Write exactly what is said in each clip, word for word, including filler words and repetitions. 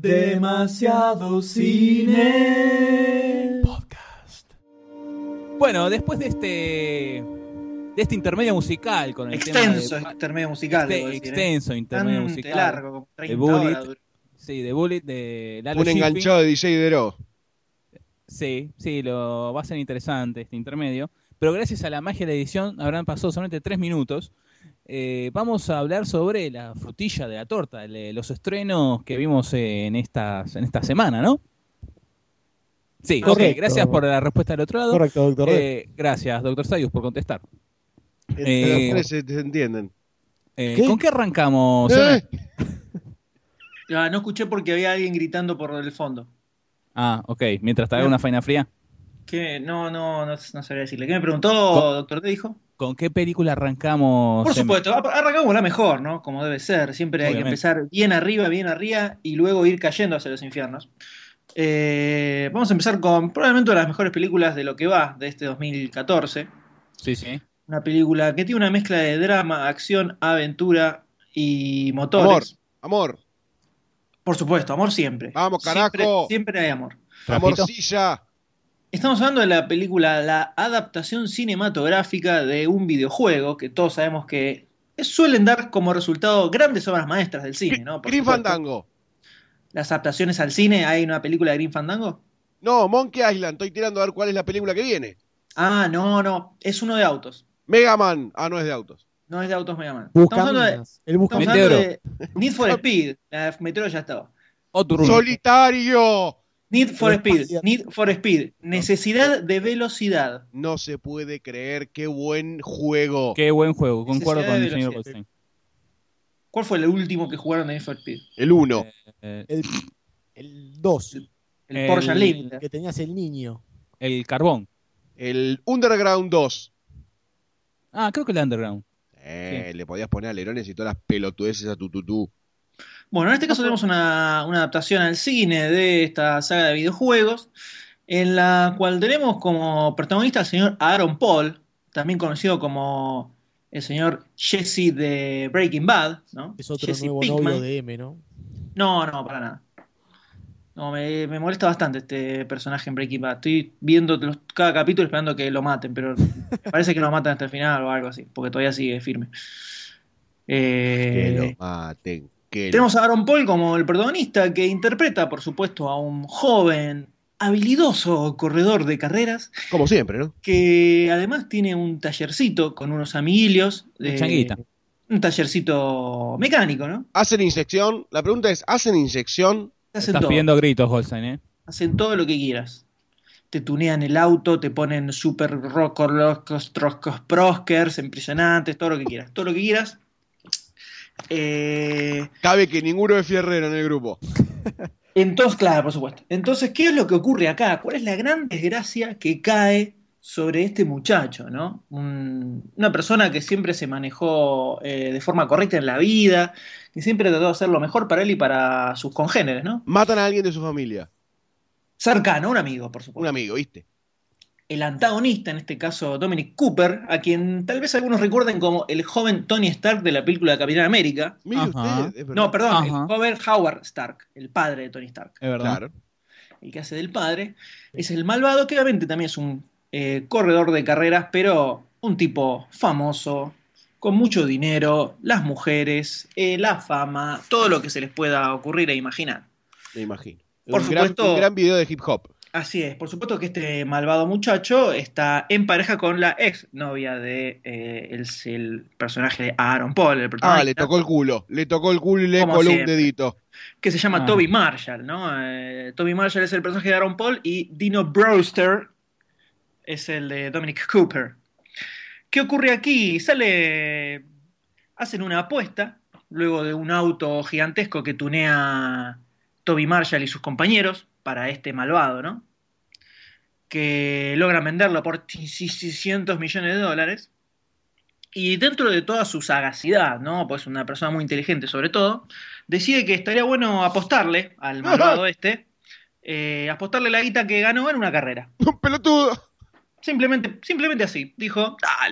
Demasiado Cine Podcast. Bueno, después de este de este intermedio musical con el extenso tema de, intermedio musical, este, debo decir, extenso ¿eh? intermedio Bastante musical largo, como de treinta Bullet, horas dura. sí, de Bullet de Lalo Un Schifrin. enganchado de D J Dero. Sí, sí, lo va a ser interesante este intermedio, pero gracias a la magia de la edición habrán pasado solamente tres minutos. Eh, vamos a hablar sobre la frutilla de la torta, el, los estrenos que vimos en estas en esta semana, ¿no? Sí, Correcto. ok, gracias por la respuesta del otro lado. Correcto, doctor. Eh, gracias, doctor Sayus, por contestar. Entre Eh, los tres se, se entienden. Eh, ¿Qué? ¿Con qué arrancamos? ¿Eh? Ah, no escuché porque había alguien gritando por el fondo. Ah, ok, mientras te haga una faina fría. ¿Qué? No, no, no, no sabría decirle. ¿Qué me preguntó, ¿Con- doctor? ¿Te dijo? ¿Con qué película arrancamos? Por Em? supuesto, ar- arrancamos la mejor, ¿no? Como debe ser. Siempre hay que Obviamente. empezar bien arriba, bien arriba y luego ir cayendo hacia los infiernos. Eh, vamos a empezar con probablemente una de las mejores películas de lo que va de este dos mil catorce. Sí, sí. Una película que tiene una mezcla de drama, acción, aventura y Amor, motores. amor, Por supuesto, amor siempre. Vamos, Siempre, carajo. siempre hay amor. ¿Trapito? amorcilla. Estamos hablando de la película, la adaptación cinematográfica de un videojuego que todos sabemos que suelen dar como resultado grandes obras maestras del cine, ¿no? Por Green supuesto. Fandango. Las adaptaciones al cine, ¿hay una película de Green Fandango? No, Monkey Island. Estoy tirando a ver cuál es la película que viene. Ah, no, no, es uno de autos. Mega Man. Ah, no es de autos. No es de autos Mega Man. Estamos hablando de, Buscaminas. El busca estamos Meteoro. hablando de Need for Speed. La Meteoro ya estaba. Otro Solitario. Need for El Speed. espacial. Need for Speed. Necesidad de velocidad. No se puede creer qué buen juego. Qué buen juego, concuerdo Necesidad con de el señor velocidad. Goldstein. ¿Cuál fue el último que jugaron de Need for Speed? El uno. Eh, El, el dos, El, El- Porsche Unlimited. que tenías el niño. el carbón. El Underground dos. Ah, creo que el Underground. Eh, Le podías poner alerones y todas las pelotudeces a tu tutú. Bueno, en este caso tenemos una, una adaptación al cine de esta saga de videojuegos, en la cual tenemos como protagonista al señor Aaron Paul, también conocido como el señor Jesse de Breaking Bad, ¿no? Es otro Jesse nuevo Pinkman. novio de M, ¿no? No, no, para nada. No, me, me molesta bastante este personaje en Breaking Bad. Estoy viendo los- cada capítulo esperando que lo maten, pero me parece que lo matan hasta el final o algo así, porque todavía sigue firme. Que Eh, lo maten. Que lo... Tenemos a Aaron Paul como el protagonista, que interpreta, por supuesto, a un joven, habilidoso corredor de carreras, Como siempre, ¿no? que además tiene un tallercito con unos amiguillos. Un de- changuita. Un tallercito mecánico, ¿no? ¿Hacen inyección? La pregunta es, ¿hacen inyección? Hacen Estás todo, pidiendo gritos, Goldstein, ¿eh? hacen todo lo que quieras. Te tunean el auto, te ponen super rocos, locos, troscos, proskers, impresionantes, todo lo que quieras. Todo lo que quieras. Eh, Cabe que ninguno es fierrero en el grupo. Entonces, claro, por supuesto. Entonces, ¿qué es lo que ocurre acá? ¿Cuál es la gran desgracia que cae sobre este muchacho, ¿no? Un- una persona que siempre se manejó eh, de forma correcta en la vida, que siempre trató de hacer lo mejor para él y para sus congéneres, ¿no? Matan a alguien de su familia. Cercano, un amigo, por Un supuesto. amigo, ¿viste? El antagonista, en este caso Dominic Cooper, a quien tal vez algunos recuerden como el joven Tony Stark de la película de Capitán América. Mire Ajá. usted, es verdad. No, perdón, el Ajá. joven Howard Stark, el padre de Tony Stark. Es verdad. Claro. El que hace del padre, es el malvado, que obviamente también es un eh, corredor de carreras, pero un tipo famoso, con mucho dinero, las mujeres, eh, la fama, todo lo que se les pueda ocurrir e imaginar. Me imagino. Por un, gran, supuesto- un gran video de hip hop. Así es, por supuesto que este malvado muchacho está en pareja con la ex novia de eh, el, el personaje de Aaron Paul, el Ah, protagonista, le tocó el culo. Le tocó el culo y le Como coló un siempre. dedito. que se llama Ah. Toby Marshall, ¿no? Eh, Toby Marshall es el personaje de Aaron Paul y Dino Brewster es el de Dominic Cooper. ¿Qué ocurre aquí? Sale, hacen una apuesta luego de un auto gigantesco que tunea Toby Marshall y sus compañeros para este malvado, ¿no? Que logran venderlo por seiscientos millones de dólares. Y dentro de toda su sagacidad, ¿no? Pues una persona muy inteligente sobre todo, decide que estaría bueno apostarle al malvado este, eh, apostarle la guita que ganó en una carrera. ¡Un pelotudo! Simplemente, simplemente así. Dijo, dale,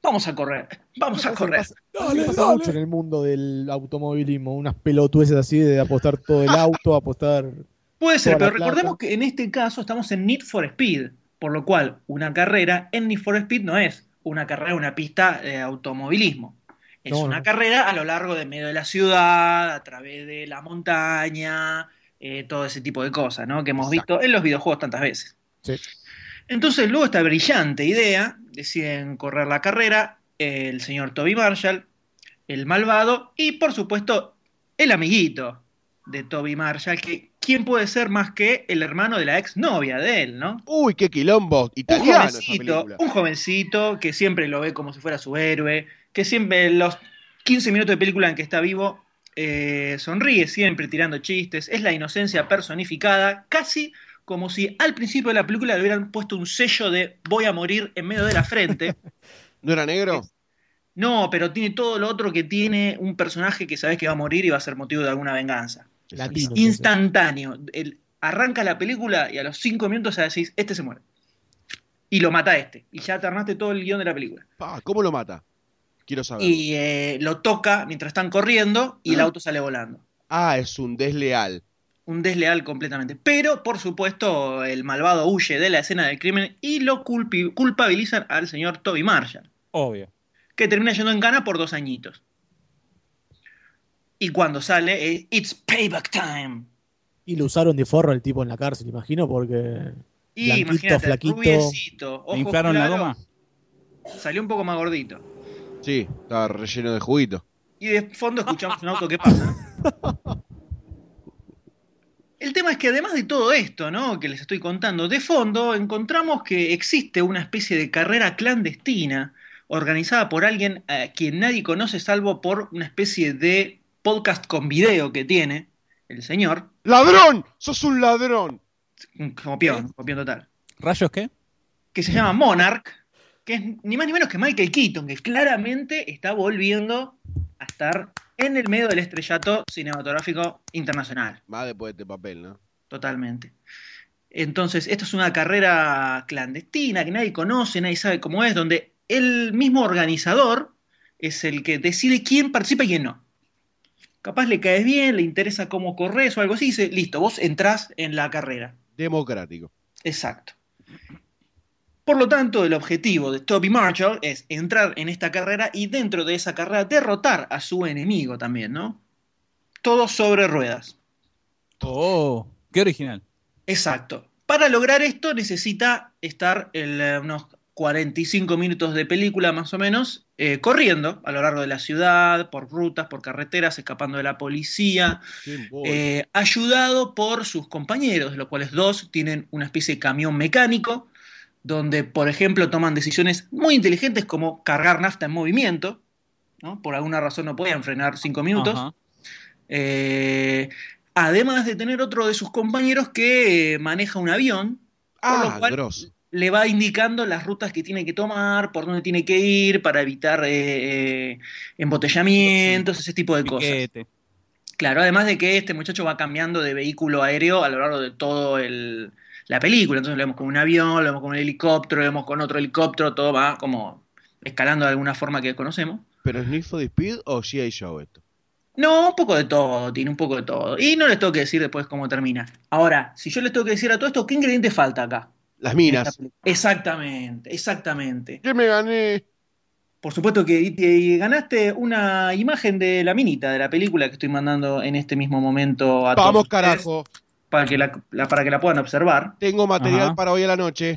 vamos a correr, vamos a Eso correr. pasa, eso pasa mucho en el mundo del automovilismo, unas pelotudeces así de apostar todo el auto, apostar Puede ser, toda pero la plata. recordemos que en este caso estamos en Need for Speed, por lo cual una carrera en Need for Speed no es una carrera en una pista de automovilismo. Es No, una no. carrera a lo largo del medio de la ciudad, a través de la montaña, eh, todo ese tipo de cosas, ¿no? Que hemos Exacto. visto en los videojuegos tantas veces. Sí. Entonces, luego esta brillante idea, deciden correr la carrera el señor Toby Marshall, el malvado, y por supuesto, el amiguito de Toby Marshall, que ¿quién puede ser más que el hermano de la exnovia de él, ¿no? Uy, qué quilombo Un italiano esa jovencito, película. un jovencito que siempre lo ve como si fuera su héroe, que siempre los quince minutos de película en que está vivo eh, sonríe siempre tirando chistes, es la inocencia personificada, casi como si al principio de la película le hubieran puesto un sello de voy a morir en medio de la frente. ¿No era negro? No, pero tiene todo lo otro que tiene un personaje que sabes que va a morir y va a ser motivo de alguna venganza. Latino. Es instantáneo. El, arranca la película y a los cinco minutos ya decís, este se muere. Y lo mata este. Y ya te armaste todo el guión de la película. Pa, ¿cómo lo mata? Quiero saber. Y eh, lo toca mientras están corriendo y el auto sale volando. Ah, es un desleal. Un desleal completamente. Pero, por supuesto, el malvado huye de la escena del crimen y lo culpi- culpabilizan al señor Toby Marshall, Obvio. que termina yendo en cana por dos añitos. Y cuando sale, eh, it's payback time. Y lo usaron de forro el tipo en la cárcel, imagino, porque Y blanquito, imagínate, flaquito. rubiecito, ¿Le ojos inflaron la claros, goma? salió un poco más gordito. Sí, estaba relleno de juguito. Y de fondo escuchamos un auto que pasa. El tema es que además de todo esto, ¿no?, que les estoy contando, de fondo encontramos que existe una especie de carrera clandestina organizada por alguien a quien nadie conoce salvo por una especie de podcast con video que tiene el señor. ¡Ladrón! ¡Sos un ladrón! Un copión, un copión total. ¿Rayos qué? Que se llama Monarch, que es ni más ni menos que Michael Keaton, que claramente está volviendo a estar en el medio del estrellato cinematográfico internacional. Más después de este papel, ¿no? Totalmente. Entonces, esto es una carrera clandestina que nadie conoce, nadie sabe cómo es, donde el mismo organizador es el que decide quién participa y quién no. Capaz le caes bien, le interesa cómo corres o algo así, y dice, listo, vos entrás en la carrera. Democrático. Exacto. Por lo tanto, el objetivo de Toby Marshall es entrar en esta carrera y dentro de esa carrera derrotar a su enemigo también, ¿no? Todo sobre ruedas. Oh, qué original. Exacto. Para lograr esto necesita estar en eh, unos cuarenta y cinco minutos de película más o menos, eh, corriendo a lo largo de la ciudad, por rutas, por carreteras, escapando de la policía, Qué embole. eh, ayudado por sus compañeros, de los cuales dos tienen una especie de camión mecánico, donde, por ejemplo, toman decisiones muy inteligentes como cargar nafta en movimiento, ¿no? Por alguna razón no podían frenar cinco minutos. Ajá. Eh, además de tener otro de sus compañeros que eh, maneja un avión, por lo Ah, cual grosso. le va indicando las rutas que tiene que tomar, por dónde tiene que ir para evitar eh, eh, embotellamientos, ese tipo de cosas. Piquete. Claro, además de que este muchacho va cambiando de vehículo aéreo a lo largo de todo el, la película. Entonces lo vemos con un avión, lo vemos con un helicóptero, lo vemos con otro helicóptero, todo va como escalando de alguna forma que conocemos. ¿Pero es Need for Speed o G I. Joe esto? No, un poco de todo, tiene un poco de todo. Y no les tengo que decir después cómo termina. Ahora, si yo les tengo que decir a todo esto, ¿qué ingrediente falta acá? Las en esta minas. película? Exactamente, exactamente. ¿Qué me gané? Por supuesto que y te ganaste una imagen de la minita de la película que estoy mandando en este mismo momento a todos Vamos, ustedes carajo. para que la, la- para que la puedan observar. Tengo material Ajá. para hoy a la noche.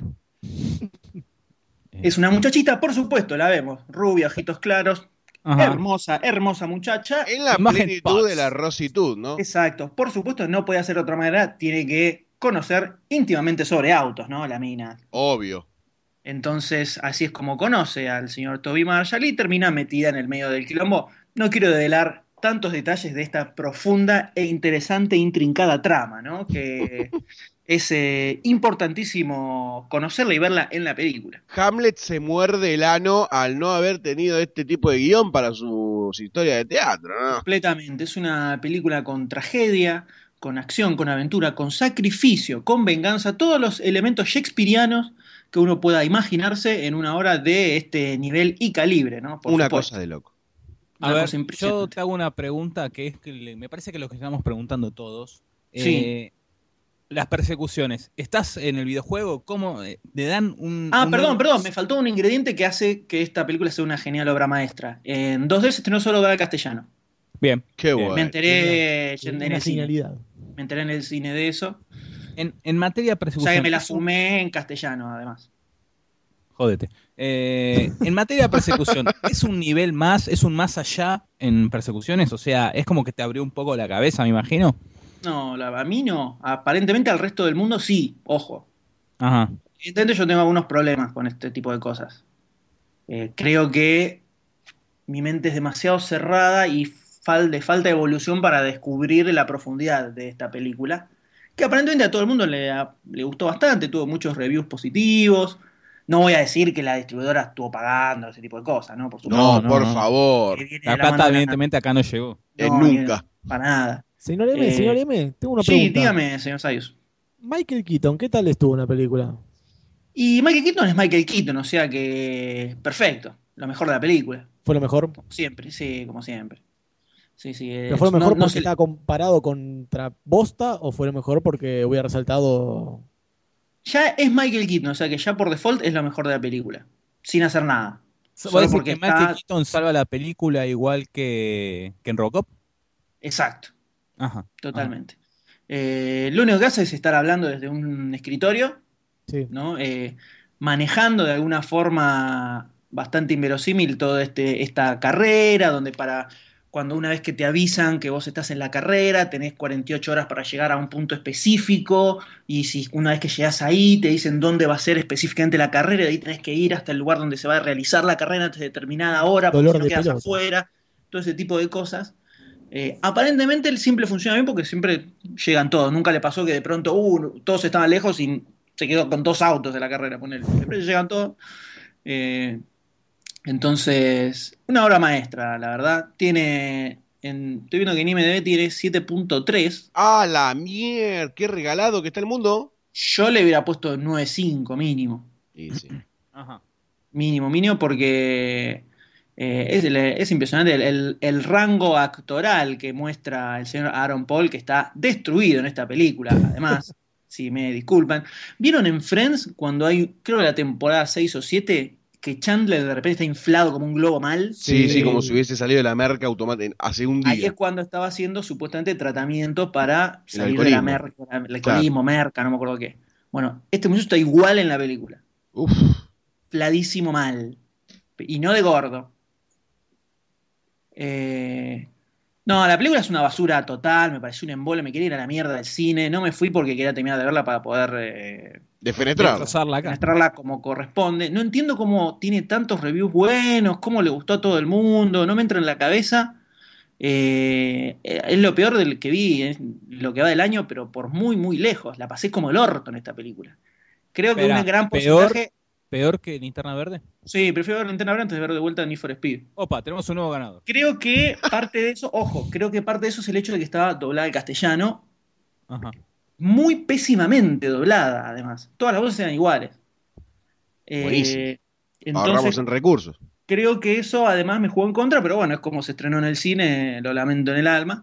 Es una muchachita, por supuesto, la vemos, rubia, ojitos claros, Ajá. hermosa, hermosa muchacha. En la Imagen plenitud Pots. de la rositud, ¿no? Exacto, por supuesto, no puede ser de otra manera, tiene que conocer íntimamente sobre autos, ¿no? La mina. Obvio. Entonces, así es como conoce al señor Toby Marshall y termina metida en el medio del quilombo. No quiero develar tantos detalles de esta profunda e interesante e intrincada trama, ¿no? Que es eh, importantísimo conocerla y verla en la película. Hamlet se muerde el ano al no haber tenido este tipo de guión para sus historias de teatro, ¿no? Completamente. Es una película con tragedia, con acción, con aventura, con sacrificio, con venganza, todos los elementos shakespearianos que uno pueda imaginarse en una obra de este nivel y calibre, ¿no? Por Una supuesto. cosa de loco. A Una ver, cosa yo impresionante. te hago una pregunta que es que le- me parece que lo que estamos preguntando todos. Sí. Eh, las persecuciones. ¿Estás en el videojuego? ¿Cómo eh, le dan un, Ah, un perdón, orden? perdón, me faltó un ingrediente que hace que esta película sea una genial obra maestra. En dos D se estrenó solo para castellano. Bien. Qué bien. Me bueno. enteré en Una el cine. genialidad. Me enteré en el cine de eso. En, en materia de O sea que persecución. me la es un- fumé en castellano, además. Jódete. Eh, en materia de persecución, ¿es un nivel más, es un más allá en persecuciones? O sea, es como que te abrió un poco la cabeza, me imagino. No, la- a mí no. Aparentemente al resto del mundo sí, ojo. Ajá. Evidentemente yo tengo algunos problemas con este tipo de cosas. Eh, creo que mi mente es demasiado cerrada y fal de falta de evolución para descubrir la profundidad de esta película, que aparentemente a todo el mundo le, ha- le gustó bastante, tuvo muchos reviews positivos. No voy a decir que la distribuidora estuvo pagando ese tipo de cosas, ¿no? Por No, No, supuesto. no, por no. favor. Que viene La de la mano plata, de la... evidentemente, acá no llegó. Eh, No, ni- nunca. para nada. Señor M, Eh, señor M, tengo una sí, pregunta. dígame, señor Sayus. Michael Keaton, ¿qué tal estuvo en la película? Y Michael Keaton es Michael Keaton, o sea que perfecto, lo mejor de la película, ¿Fue lo mejor? como siempre, sí, como siempre. Sí, sí, ¿Pero fue es- lo no, mejor no porque se le- estaba comparado contra Bosta o fue lo mejor porque hubiera resaltado? ya es Michael Keaton, o sea que ya por default es lo mejor de la película, sin hacer nada, ¿Vos a solo decir porque que Michael está Keaton salva la película igual que, que en Robocop? exacto, Ajá, ajá. totalmente. Eh, lo único que hace es estar hablando desde un escritorio, Sí. ¿no? Eh, manejando de alguna forma bastante inverosímil toda este, esta carrera, donde para cuando una vez que te avisan que vos estás en la carrera, tenés cuarenta y ocho horas para llegar a un punto específico, y si una vez que llegás ahí, te dicen dónde va a ser específicamente la carrera, y de ahí tenés que ir hasta el lugar donde se va a realizar la carrera antes de determinada hora, porque si Dolor no de quedas pelota. afuera, todo ese tipo de cosas. Eh, aparentemente el simple funciona bien porque siempre llegan todos. Nunca le pasó que de pronto uh, todos estaban lejos y se quedó con dos autos de la carrera. Ponele. Siempre llegan todos. Eh, entonces, una obra maestra, la verdad. Tiene, en, estoy viendo que en IMDb tiene siete punto tres. ¡Ah, la mierda! ¡Qué regalado que está el mundo! Yo le hubiera puesto nueve punto cinco mínimo. Y sí. Ajá. Mínimo, mínimo, porque eh, es, es impresionante el, el- el rango actoral que muestra el señor Aaron Paul, que está destruido en esta película, además, si me disculpan. ¿Vieron en Friends cuando hay, creo que la temporada seis o siete, que Chandler de repente está inflado como un globo mal? Sí, sí, Sí. como si hubiese salido de la merca automática hace un Ahí día. es cuando estaba haciendo supuestamente tratamiento para El salir de la alcoholismo. merca, el alcoholismo, merca, no me acuerdo qué. Bueno, este muchacho está igual en la película, Uf. infladísimo mal, y no de gordo. Eh, no, la película es una basura total, me pareció un embole, me quería ir a la mierda del cine, no me fui porque quería terminar de verla para poder eh, Defenestrado. Destrozarla acá. mostrarla como corresponde. No entiendo cómo tiene tantos reviews buenos, cómo le gustó a todo el mundo, no me entra en la cabeza. Eh, es lo peor del que vi, es lo que va del año, pero por muy, muy lejos. La pasé como el orto en esta película. Creo que un Espera, gran peor, porcentaje. peor que Linterna Verde. Sí, prefiero ver Linterna Verde antes de ver de vuelta Need for Speed. Opa, tenemos un nuevo ganador. Creo que parte de eso, ojo, creo que parte de eso es el hecho de que estaba doblada al castellano, Ajá. muy pésimamente doblada, además. Todas las voces eran iguales. Buenísimo. Eh, Ahorramos entonces, en recursos. creo que eso además me jugó en contra, pero bueno, es como se estrenó en el cine, lo lamento en el alma.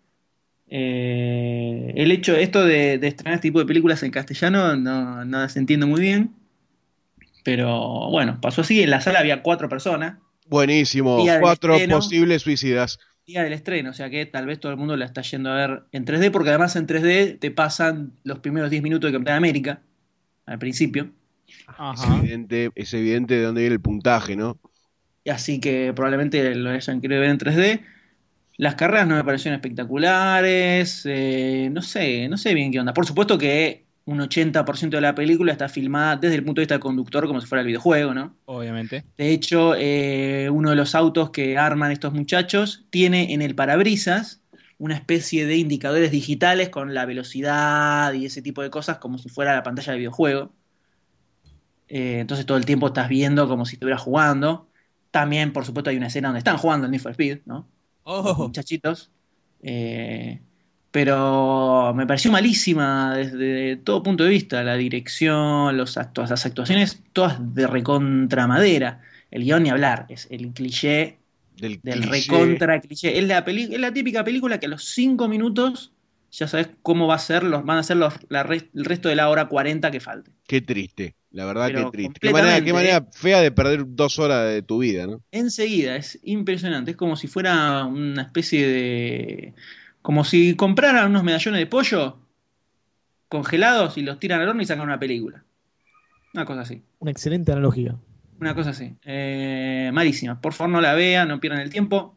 Eh, el hecho, esto de, de estrenar este tipo de películas en castellano no, no se entiende muy bien, pero bueno, pasó así. En la sala había cuatro personas, Buenísimo. día del Cuatro estreno. posibles suicidas. Día del estreno, o sea que tal vez todo el mundo la está yendo a ver en tres D, porque además en tres D te pasan los primeros diez minutos de Capitán América, al principio, Es Ajá. evidente, es evidente de dónde viene el puntaje, ¿no? y así que probablemente lo hayan querido ver en tres D. Las carreras no me parecieron espectaculares, eh, no sé, no sé bien qué onda. Por supuesto que un ochenta por ciento de la película está filmada desde el punto de vista del conductor, como si fuera el videojuego, ¿no? Obviamente. De hecho, eh, uno de los autos que arman estos muchachos tiene en el parabrisas una especie de indicadores digitales con la velocidad y ese tipo de cosas como si fuera la pantalla del videojuego. Eh, entonces todo el tiempo estás viendo como si estuvieras jugando. También, por supuesto, hay una escena donde están jugando el Need for Speed, ¿no? Los Oh, muchachitos. Eh, pero me pareció malísima desde todo punto de vista. La dirección, los actos, las actuaciones, todas de recontra madera. El guión ni hablar, es el cliché Del del cliché. recontra cliché. Es la, peli- es la típica película que a los cinco minutos ya sabes cómo va a ser los, van a ser los, la res- el resto de la hora cuarenta que falte. Qué triste, la verdad, Pero qué triste. Qué manera, qué completamente, manera fea de perder dos horas de tu vida, ¿no? enseguida, es impresionante. Es como si fuera una especie de. Como si compraran unos medallones de pollo congelados y los tiran al horno y sacan una película. Una cosa así. Una excelente analogía. Una cosa así. Eh, malísima. Por favor, no la vean, no pierdan el tiempo.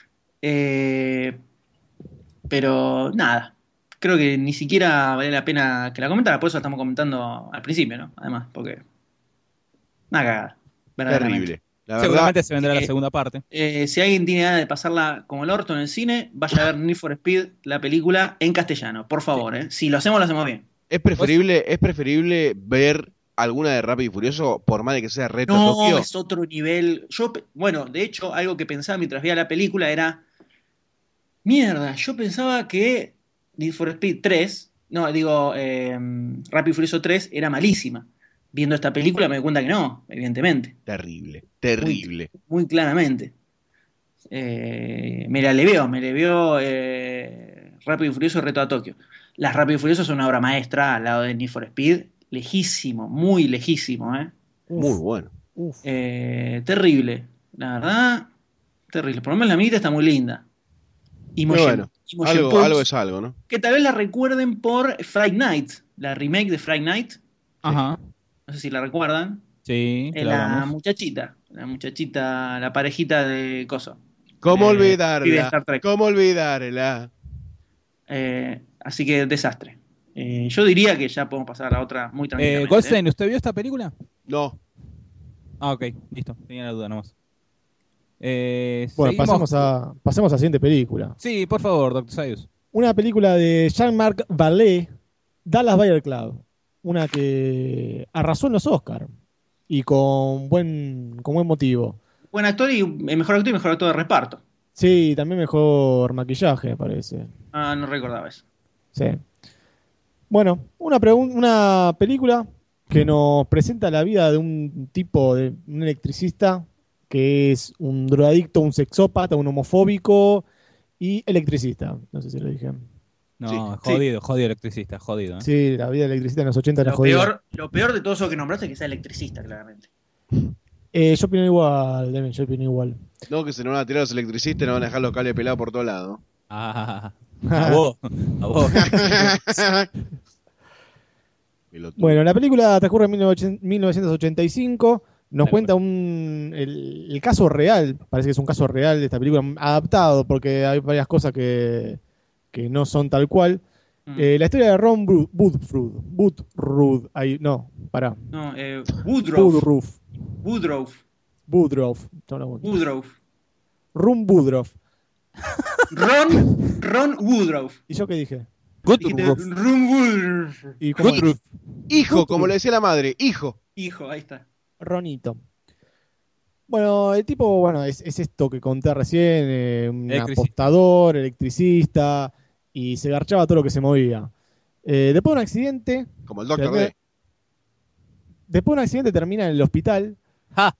Eh, pero nada. Creo que ni siquiera vale la pena que la comentara. Por eso la estamos comentando al principio, ¿no? Además, porque. Una cagada. Verdaderamente. Terrible. La verdad, Seguramente se vendrá la eh, segunda parte. Eh, si alguien tiene ganas de pasarla como el orto en el cine, vaya a ver Need for Speed, la película, en castellano, por favor. Eh. Si lo hacemos, lo hacemos bien. es preferible, es preferible ver alguna de Rápido y Furioso, por más de que sea Reto No, Tokio. es otro nivel. Yo, pe- bueno, de hecho, algo que pensaba mientras veía la película era, mierda, yo pensaba que Need for Speed tres, no, digo, eh, Rápido y Furioso tres era malísima. Viendo esta película me doy cuenta que no, evidentemente, Terrible, terrible. muy claramente. Eh, me la le veo, me le veo eh, Rápido y Furioso Reto a Tokio. Las Rápido y Furioso son una obra maestra al lado de Need for Speed, lejísimo, muy lejísimo, ¿eh? Uf, Muy bueno. uf. Eh, terrible, la verdad, terrible. Por lo menos la minita está muy linda. Pero Imogen, bueno, Imogen algo, Poots, algo es algo, ¿no? que tal vez la recuerden por Fright Night, la remake de Fright Night, Ajá. no sé si la recuerdan. Sí, que Es lo la hablamos. muchachita, la muchachita, la parejita de Coso. ¿Cómo de- de olvidarla? Star Trek. ¿Cómo olvidarla? Eh, así que desastre. Eh, yo diría que ya podemos pasar a la otra muy Eh, tranquilamente. ¿eh? Goldstein, ¿usted vio esta película? No. Ah, ok, listo. Tenía la duda nomás. Eh, Bueno, seguimos. pasemos a, pasemos a la siguiente película. Sí, por favor, doctor Sayus. Una película de Jean-Marc Vallée, Dallas Buyer Club. Una que arrasó en los Oscars. Y con buen, con buen motivo. Buen actor y eh, mejor actor y mejor actor de reparto. Sí, también mejor maquillaje, me parece. Ah, no recordaba eso. Sí. Bueno, una, pregun- una película que nos presenta la vida de un tipo, de un electricista, que es un drogadicto, un sexópata, un homofóbico y electricista. No sé si lo dije. No, Sí, jodido, jodido electricista, jodido. ¿eh? Sí, la vida del electricista en los ochenta era Lo jodida. peor, lo peor de todo eso que nombraste es que sea electricista, claramente. Eh, yo opino igual, Demian, yo opino igual. No, que se nos van a tirar los electricistas y nos van a dejar los cables pelados por todos lados. Ah, a vos, a vos. Pelotudo. Bueno, la película transcurre en mil novecientos ochenta y cinco. Nos Tal cuenta un, el, el caso real, parece que es un caso real de esta película, adaptado, porque hay varias cosas que, que no son tal cual. Mm. Eh, la historia de Ron Bru- Woodruff. Woodruff. Ahí, no, pará. No, eh, Woodrow. Woodruff. Woodrow. Woodruff. No, no, Woodrow. Ron Woodruff. Ron, Ron Woodrow. ¿Y yo qué dije? Dijiste, Woodruff. Ron Woodrow. ¿Y cómo es? Woodruff. Hijo, como le decía la madre, hijo. Hijo, ahí está. Ronito. Bueno, el tipo, bueno, es, es esto que conté recién, eh, un Electricista. apostador, electricista, y se garchaba todo lo que se movía. Eh, después de un accidente, Como el Doctor termina- D. después de un accidente termina en el hospital Ja.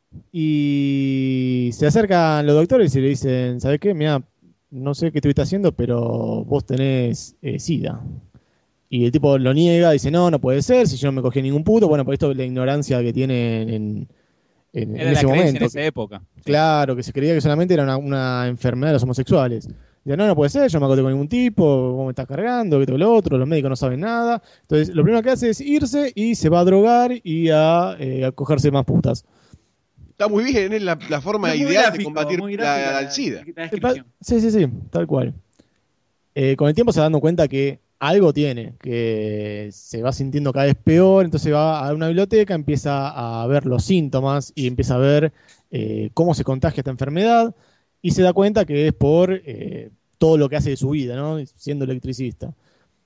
y se acercan los doctores y le dicen, ¿sabes qué? Mira, no sé qué estuviste haciendo, pero vos tenés eh, SIDA. Y el tipo lo niega, dice, no, no puede ser, si yo no me cogí ningún puto. Bueno, por esto es la ignorancia que tiene en, en, en Era la ese creencia momento. en esa época. Sí. Claro, que se creía que solamente era una, una enfermedad de los homosexuales. Dice, no, no puede ser, yo no me acosté con ningún tipo, vos me estás cargando, que todo lo otro, los médicos no saben nada. Entonces, lo primero que hace es irse y se va a drogar y a, eh, a cogerse más putas. Está muy bien, es la, la forma Es muy ideal gráfico, de combatir muy la, gráfica al SIDA. la descripción. Sí, sí, sí, tal cual. Eh, con el tiempo se va dando cuenta que algo tiene, que se va sintiendo cada vez peor, entonces va a una biblioteca, empieza a ver los síntomas y empieza a ver eh, cómo se contagia esta enfermedad y se da cuenta que es por eh, todo lo que hace de su vida, ¿no? Siendo electricista.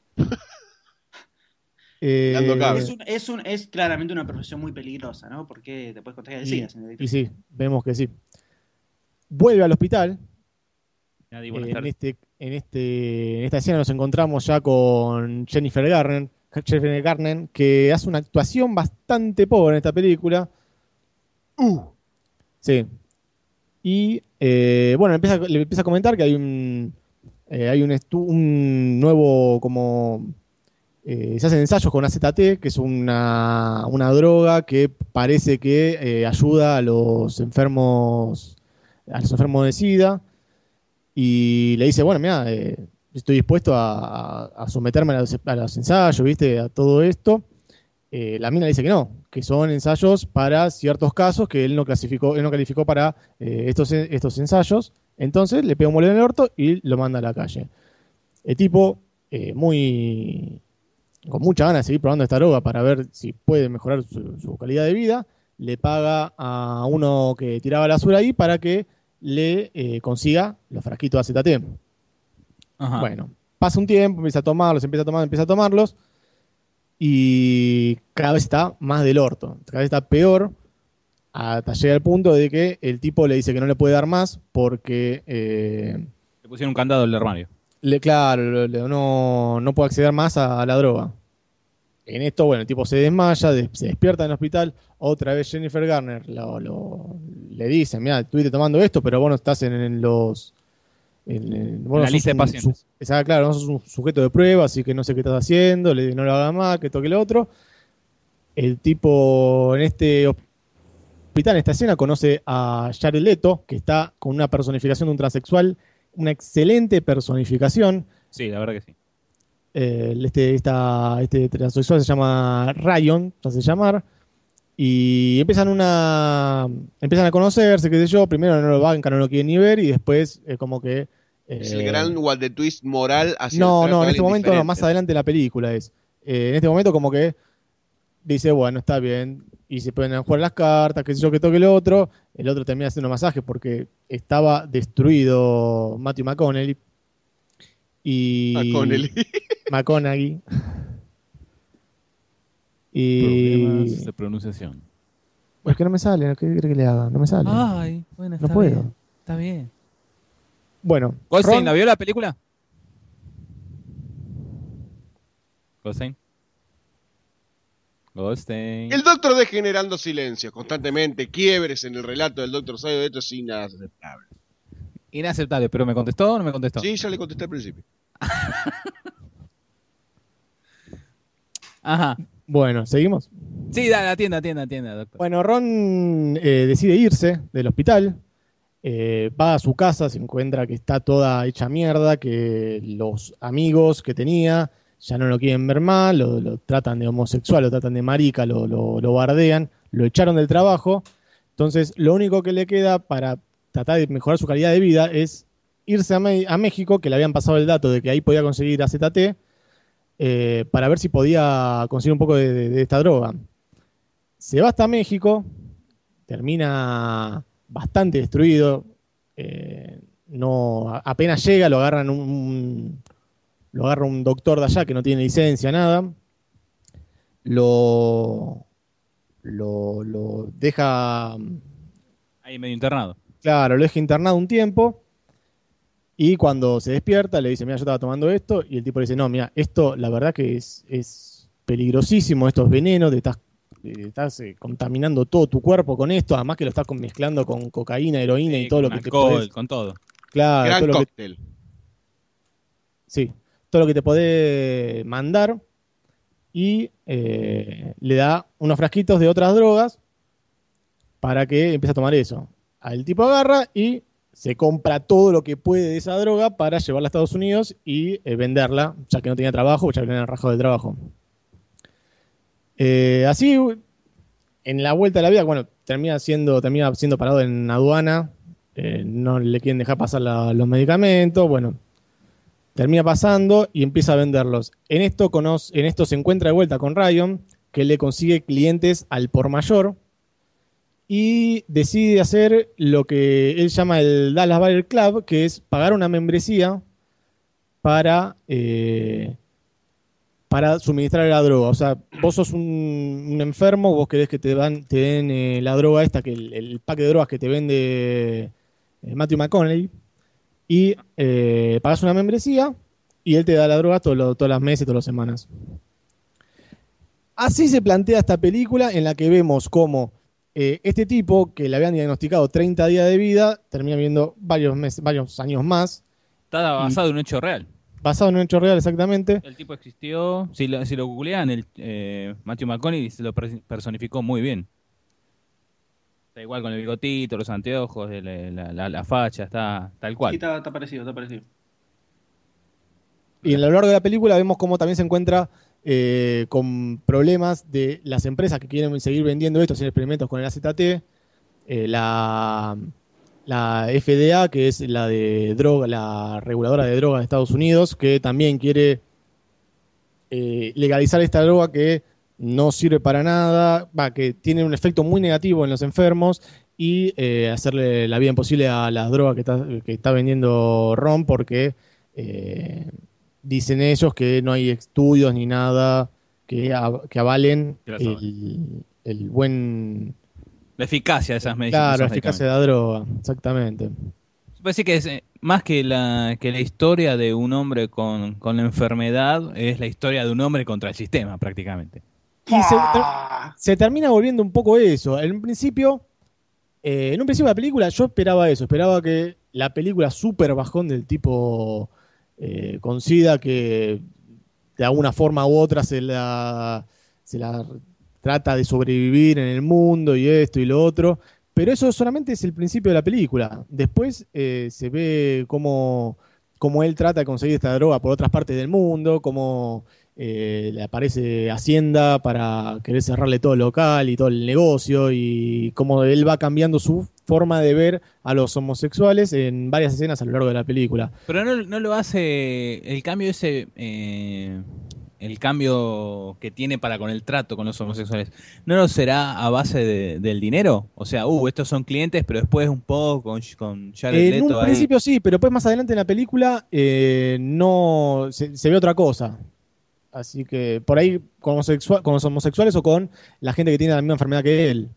Eh, Dando cable. Es, un- es, un- es claramente una profesión muy peligrosa, ¿no? Porque te puedes contagiar de y, SIDA. sin y electricidad. sí, vemos que sí. Vuelve al hospital Nadie, Eh, buenas en, tardes. este, en, este, en esta escena nos encontramos ya con Jennifer Garner, Jennifer Garner, que hace una actuación bastante pobre en esta película. Uh, Sí. Y eh, bueno, empieza, le empieza a comentar que hay un, eh, hay un, estu- un nuevo como eh, se hacen ensayos con A Z T, que es una, una droga que parece que eh, ayuda a los enfermos, a los enfermos de SIDA, y le dice, bueno, mira, eh, estoy dispuesto a, a- a someterme a los, a los ensayos, ¿viste? A todo esto. Eh, la mina le dice que no, que son ensayos para ciertos casos que él no clasificó, él no calificó para eh, estos, estos ensayos. Entonces le pega un bolero en el orto y lo manda a la calle. El tipo, eh, muy con mucha ganas de seguir probando esta droga para ver si puede mejorar su, su calidad de vida, le paga a uno que tiraba la basura ahí para que le eh, consiga los frasquitos de A Z T. Ajá. Bueno, pasa un tiempo, empieza a tomarlos, empieza a tomarlos, empieza a tomarlos, y cada vez está más del orto, cada vez está peor, hasta llega al punto de que el tipo le dice que no le puede dar más porque, eh, Le pusieron un candado al armario. le, claro, le- no, no puede acceder más a, a la droga. En esto, bueno, el tipo se desmaya, de- se despierta en el hospital. Otra vez Jennifer Garner lo, lo- le dice, mira, estuviste tomando esto, pero vos no estás en, en los... En, en- vos En no la sos lista de un pacientes. su- Exacto, claro, no sos un sujeto de prueba, así que no sé qué estás haciendo, le, no lo haga más, que toque lo otro. El tipo en este hospital, en esta escena, conoce a Jared Leto, que está con una personificación de un transexual, una excelente personificación. Sí, la verdad que sí. Eh, este, esta, este transexual se llama Ryan, se hace llamar, y empiezan una empiezan a conocerse, qué sé yo, primero no lo bancan, no lo quieren ni ver, y después es como que... es el eh, gran Walt the Twist moral hacia el no, trato no, a en este alguien momento no, diferente. más adelante en la película es. Eh, en este momento como que dice, bueno, está bien, y se pueden jugar las cartas, qué sé yo, que toque el otro, el otro termina haciendo masajes porque estaba destruido Matthew McConaughey, A y Connelly. McConaughey. Problemas Y de pronunciación. es que no me sale, ¿qué quiere que le haga? No me sale. Ay, bueno, está No puedo. bien. Está bien. Bueno, ¿Goldstein Ron- la vio la película? ¿Goldstein? Goldstein. El doctor D generando silencio constantemente, quiebres en el relato del doctor Sayo, esto es inaceptable. Inaceptable, pero ¿me contestó o no me contestó? Sí, ya le contesté al principio. Ajá. bueno, ¿seguimos? Sí, da, atienda, atienda, atienda, doctor. Bueno, Ron eh, decide irse del hospital, eh, va a su casa, se encuentra que está toda hecha mierda, que los amigos que tenía ya no lo quieren ver más, lo, lo tratan de homosexual, lo tratan de marica, lo, lo, lo bardean, lo echaron del trabajo. Entonces, lo único que le queda para tratar de mejorar su calidad de vida es irse a, Me- a México, que le habían pasado el dato de que ahí podía conseguir A Z T, eh, para ver si podía conseguir un poco de, de- de esta droga. Se va hasta México, termina bastante destruido, eh, no, a- apenas llega, lo agarran un, un- lo agarra un doctor de allá que no tiene licencia, nada, lo, lo, lo deja, Ahí medio internado. claro, lo deja internado un tiempo, y cuando se despierta le dice, mira, yo estaba tomando esto, y el tipo le dice, no, mira, esto la verdad que es, es peligrosísimo, esto es veneno, te estás, eh, estás eh, contaminando todo tu cuerpo con esto, además que lo estás con- mezclando con cocaína, heroína Sí, y todo con lo que te alcohol, podés, con todo. claro, Gran todo lo que, cóctel. sí, todo lo que te podés mandar, y eh, le da unos frasquitos de otras drogas para que empiece a tomar eso. El tipo agarra y se compra todo lo que puede de esa droga para llevarla a Estados Unidos y eh, venderla, ya que no tenía trabajo, ya que no era rajado del trabajo. Eh, así, en la vuelta de la vida, bueno, termina siendo, termina siendo parado en aduana, eh, no le quieren dejar pasar la- los medicamentos, bueno, termina pasando y empieza a venderlos. En esto, conoce, en esto se encuentra de vuelta con Ryan, que le consigue clientes al por mayor, y decide hacer lo que él llama el Dallas Buyer Club, que es pagar una membresía para, eh, para suministrar la droga. O sea, vos sos un, un enfermo, vos querés que te, dan, te den eh, la droga esta, que el, el pack de drogas que te vende eh, Matthew McConaughey, y eh, pagas una membresía y él te da la droga todo lo- todas las meses, todas las semanas. Así se plantea esta película en la que vemos cómo eh, este tipo, que le habían diagnosticado treinta días de vida, termina viviendo varios meses, varios años más, Está y basado en un hecho real. basado en un hecho real exactamente. El tipo existió. Si lo, si lo googlean, el, eh, Matthew McConaughey se lo per- personificó muy bien. Está igual con el bigotito, los anteojos, el- la, la- la facha, está tal Sí, cual. está, está parecido, está parecido. Y a lo largo de la película vemos cómo también se encuentra eh, con problemas de las empresas que quieren seguir vendiendo esto, hacer experimentos con el A Z T, eh, la, la F D A, que es la de droga, la reguladora de drogas de Estados Unidos, que también quiere eh, legalizar esta droga que no sirve para nada, va, que tiene un efecto muy negativo en los enfermos y eh, hacerle la vida imposible a las drogas que está, que está vendiendo Ron porque eh, dicen ellos que no hay estudios ni nada que, av- que avalen Que las el, el buen, La eficacia de esas medicinas. claro, la esos eficacia medicamentos. de la droga, exactamente. Se puede decir que es eh, más que la, que la historia de un hombre con, con la enfermedad, es la historia de un hombre contra el sistema, prácticamente. Y se, ter- ¡Pah! se termina volviendo un poco eso. En un principio, eh, en un principio de la película yo esperaba eso, esperaba que la película super bajón del tipo eh, con SIDA que de alguna forma u otra se la, se la trata de sobrevivir en el mundo y esto y lo otro, pero eso solamente es el principio de la película. Después eh, se ve cómo, cómo él trata de conseguir esta droga por otras partes del mundo, cómo eh, le aparece Hacienda para querer cerrarle todo el local y todo el negocio y cómo él va cambiando su forma de ver a los homosexuales en varias escenas a lo largo de la película. Pero no, no lo hace el cambio ese, eh, el cambio que tiene para con el trato con los homosexuales, ¿no lo será a base de- del dinero? O sea, uh, estos son clientes, pero después un poco con, con Jared En un Leto ahí. principio sí, pero después más adelante en la película eh, no se, se ve otra cosa. Así que por ahí con, homosexua- con los homosexuales o con la gente que tiene la misma enfermedad que él,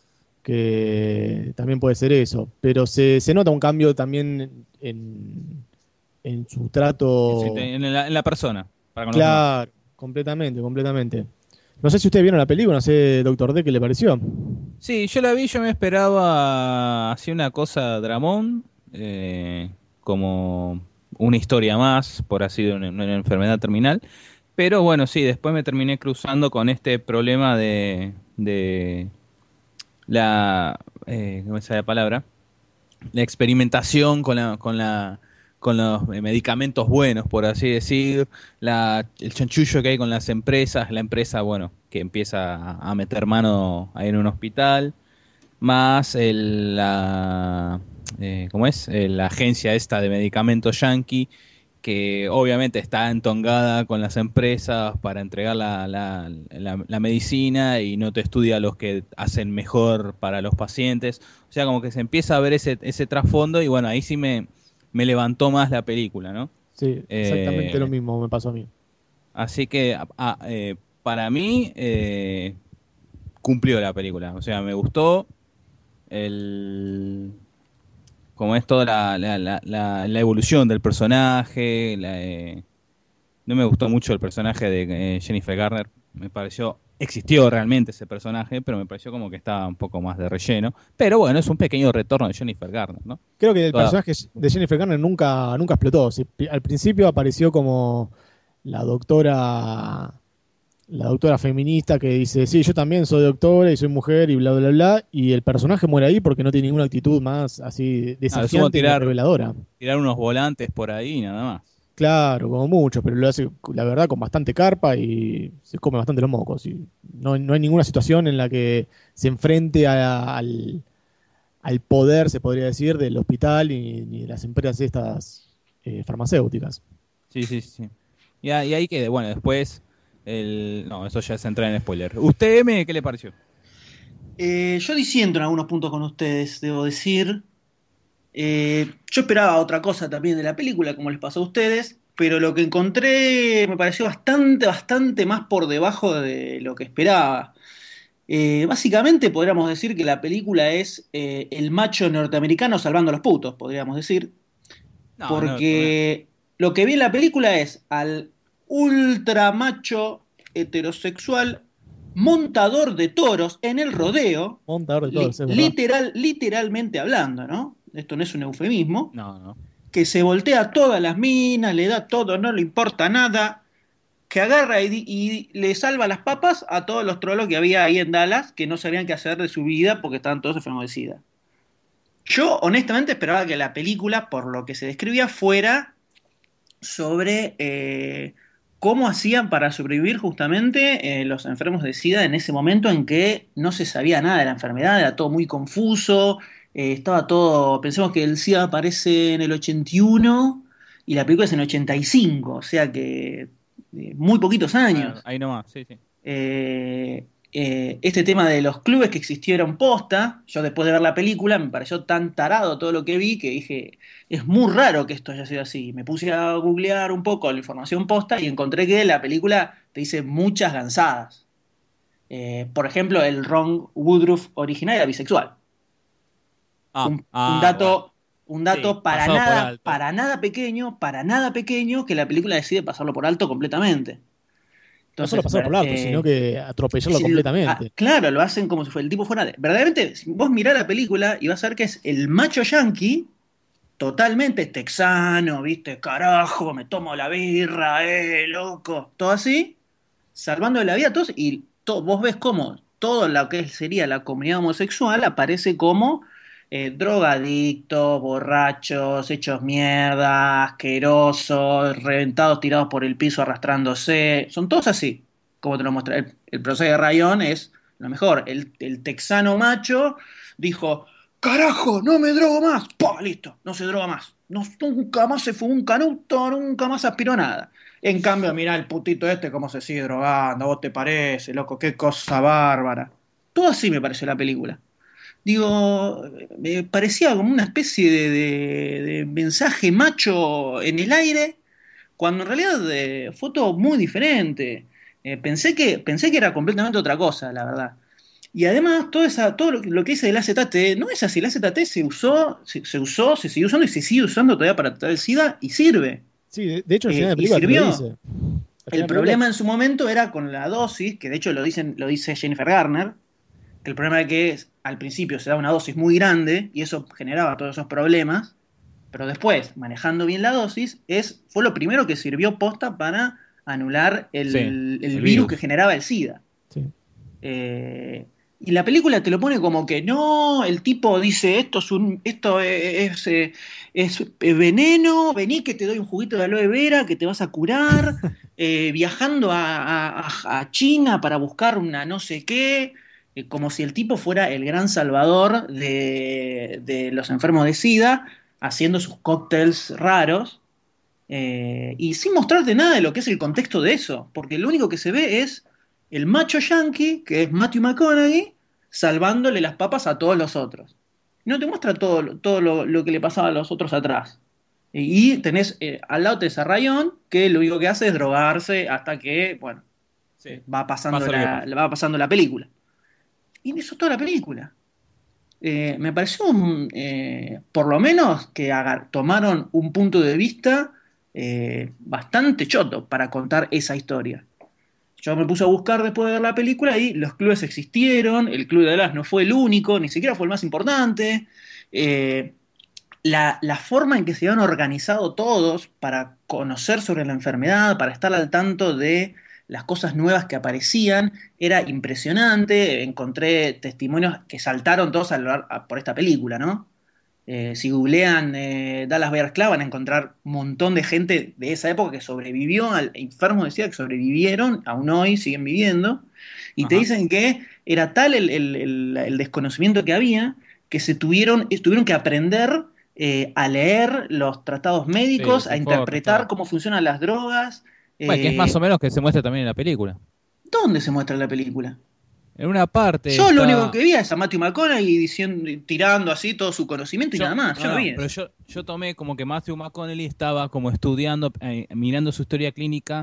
que también puede ser eso. Pero se, se nota un cambio también en, en su En, su trato. inte- en la, en la persona, para con los demás. Claro, completamente, completamente. No sé si ustedes vieron la película, no sé, Doctor D, ¿qué le pareció? Sí, yo la vi, yo me esperaba así una cosa dramón, eh, como una historia más, por así de una, una enfermedad terminal. Pero bueno, sí, después me terminé cruzando con este problema de, de la, eh, ¿cómo es la palabra? La experimentación con la, con la, con los eh, medicamentos buenos, por así decir, la, el chanchullo que hay con las empresas, la empresa, bueno, que empieza a, a meter mano ahí en un hospital, más el, la, eh, ¿cómo es? Eh, la agencia esta de medicamentos yankee, que obviamente está entongada con las empresas para entregar la, la, la- la medicina y no te estudia los que hacen mejor para los pacientes. O sea, como que se empieza a ver ese, ese trasfondo y bueno, ahí sí me, me levantó más la película, ¿no? Sí, exactamente lo Eh, mismo me pasó a mí. así que a- a- eh, para mí eh, cumplió la película. O sea, me gustó el como es toda la, la, la, la- la evolución del personaje. La, eh, no me gustó mucho el personaje de eh, Jennifer Garner. Me pareció, existió realmente ese personaje, pero me pareció como que estaba un poco más de relleno. Pero bueno, es un pequeño retorno de Jennifer Garner, ¿no? Creo que el Toda- personaje de Jennifer Garner nunca, nunca explotó. Sí, pi- al principio apareció como la doctora, la doctora feminista que dice, sí, yo también soy doctora y soy mujer y bla, bla, bla. Y el personaje muere ahí porque no tiene ninguna actitud más así Ah, le sumo desafiante ni tirar, reveladora. tirar unos volantes por ahí y nada más. Claro, como mucho, pero lo hace, la verdad, con bastante carpa y se come bastante los mocos. Y no, no hay ninguna situación en la que se enfrente a- al, al poder, se podría decir, del hospital y, ni de las empresas estas eh, farmacéuticas. Sí, sí, sí. Y, a- y ahí quedé. Bueno, después... El... No, eso ya es entrar en spoiler. ¿Usted, M, qué le pareció? Eh, yo disiento en algunos puntos con ustedes, debo decir. Eh, yo esperaba otra cosa también de la película, como les pasó a ustedes, pero lo que encontré me pareció bastante, bastante más por debajo de lo que esperaba. Eh, básicamente podríamos decir que la película es eh, el macho norteamericano salvando a los putos, podríamos decir. No, Porque lo que vi en la película es al ultra macho heterosexual montador de toros en el rodeo, Montador de li- todos, es verdad. literal, literalmente hablando, ¿no? Esto no es un eufemismo, no, no. que se voltea a todas las minas, le da todo, no le importa nada, que agarra y, di- y le salva las papas a todos los trolos que había ahí en Dallas, que no sabían qué hacer de su vida porque estaban todos enfermos de SIDA. Yo honestamente esperaba que la película, por lo que se describía, fuera sobre eh, cómo hacían para sobrevivir justamente eh, los enfermos de SIDA en ese momento en que no se sabía nada de la enfermedad, era todo muy confuso, eh, estaba todo, pensemos que el SIDA aparece en el ochenta y uno y la película es en el ochenta y cinco, o sea que eh, muy poquitos Ah, años. ahí nomás, sí, sí. Eh, eh, este tema de los clubes que existieron posta, yo después de ver la película me pareció tan tarado todo lo que vi que dije, es muy raro que esto haya sido así. Me puse a googlear un poco la información posta y encontré que la película te dice muchas gansadas. Eh, por ejemplo, el Ron Woodruff original era bisexual. Ah, Un, un ah, bueno. dato, un Sí, dato para pasado por nada, alto. para nada pequeño, para nada pequeño, que la película decide pasarlo por alto completamente. No solo Entonces, pasarlo por alto, sino eh, que atropellarlo si lo- ah, completamente. claro, lo hacen como si fuera el tipo fuera de... Verdaderamente, si vos mirás la película y vas a ver que es el macho yankee, totalmente texano, ¿viste? Carajo, me tomo la birra, eh, loco. Todo así, salvando la vida a todos y to- vos ves cómo todo lo que sería la comunidad homosexual aparece como eh, drogadictos, borrachos, hechos mierda, asquerosos, reventados, tirados por el piso arrastrándose. Son todos así, como te lo muestra. El, el proceso de Rayón es lo mejor. El, el texano macho dijo, carajo, no me drogo más. ¡Pah! Listo, no se droga más. No, nunca más se fumó un canuto, nunca más aspiró nada. En cambio, mirá el putito este cómo se sigue drogando, ¿a vos te parece, loco? Qué cosa bárbara. Todo así me pareció la película. Digo, me parecía como una especie de, de- de mensaje macho en el aire, cuando en realidad eh, fue todo muy diferente. Eh, pensé que, pensé que era completamente otra cosa, la verdad. Y además, todo, esa, todo lo, que lo que dice del A Z T, no es así, el A Z T se usó, se, se usó, se sigue usando y se sigue usando todavía para tratar el SIDA y sirve. Sí, de, de hecho al final Eh, de la y película te lo sirvió. dice. Al final de El la película, problema en su momento era con la dosis, que de hecho lo, dicen, lo dice Jennifer Garner, que el problema es que es, al principio se da una dosis muy grande y eso generaba todos esos problemas, pero después, manejando bien la dosis, es, fue lo primero que sirvió posta para anular Sí, el, el el virus que virus. generaba el SIDA. sí. Eh, y la película te lo pone como que no, el tipo dice esto es un, esto es, es, es veneno, vení que te doy un juguito de aloe vera que te vas a curar, eh, viajando a, a- a China para buscar una no sé qué, eh, como si el tipo fuera el gran salvador de, de los enfermos de SIDA, haciendo sus cócteles raros. Eh, y sin mostrarte nada de lo que es el contexto de eso, porque lo único que se ve es el macho yankee, que es Matthew McConaughey, salvándole las papas a todos los otros. No te muestra todo, lo- todo lo, lo que le pasaba a los otros atrás. Y tenés eh, al lado tenés a Rayón, que lo único que hace es drogarse hasta que, bueno, Sí. va pasando Pasa lo que la, pasa. va pasando la película. Y eso es toda la película. Eh, me pareció, un, eh, por lo menos, que agar- tomaron un punto de vista eh, bastante choto para contar esa historia. Yo me puse a buscar después de ver la película y los clubes existieron, el Club de Dallas no fue el único, ni siquiera fue el más importante. Eh, la, la forma en que se habían organizado todos para conocer sobre la enfermedad, para estar al tanto de las cosas nuevas que aparecían, era impresionante. Encontré testimonios que saltaron todos a lo lar- a- por esta película, ¿no? Eh, si googlean eh, Dallas Buyers Club van a encontrar un montón de gente de esa época que sobrevivió, al enfermo decía que sobrevivieron, aún hoy siguen viviendo, y te Ajá. dicen que era tal el, el- el- el desconocimiento que había que se tuvieron, tuvieron que aprender eh, a leer los tratados Sí, médicos, los a informes, interpretar todo. cómo funcionan las drogas. Bueno, que es más Eh, o menos que se muestra también en la película. ¿Dónde se muestra la película? En una parte Yo lo único está. que vi es a Matthew McConaughey diciendo, tirando así todo su conocimiento y nada Yo, más. Yo no, no vi no, pero eso. yo, yo tomé como que Matthew McConaughey estaba como estudiando, eh, mirando su historia clínica,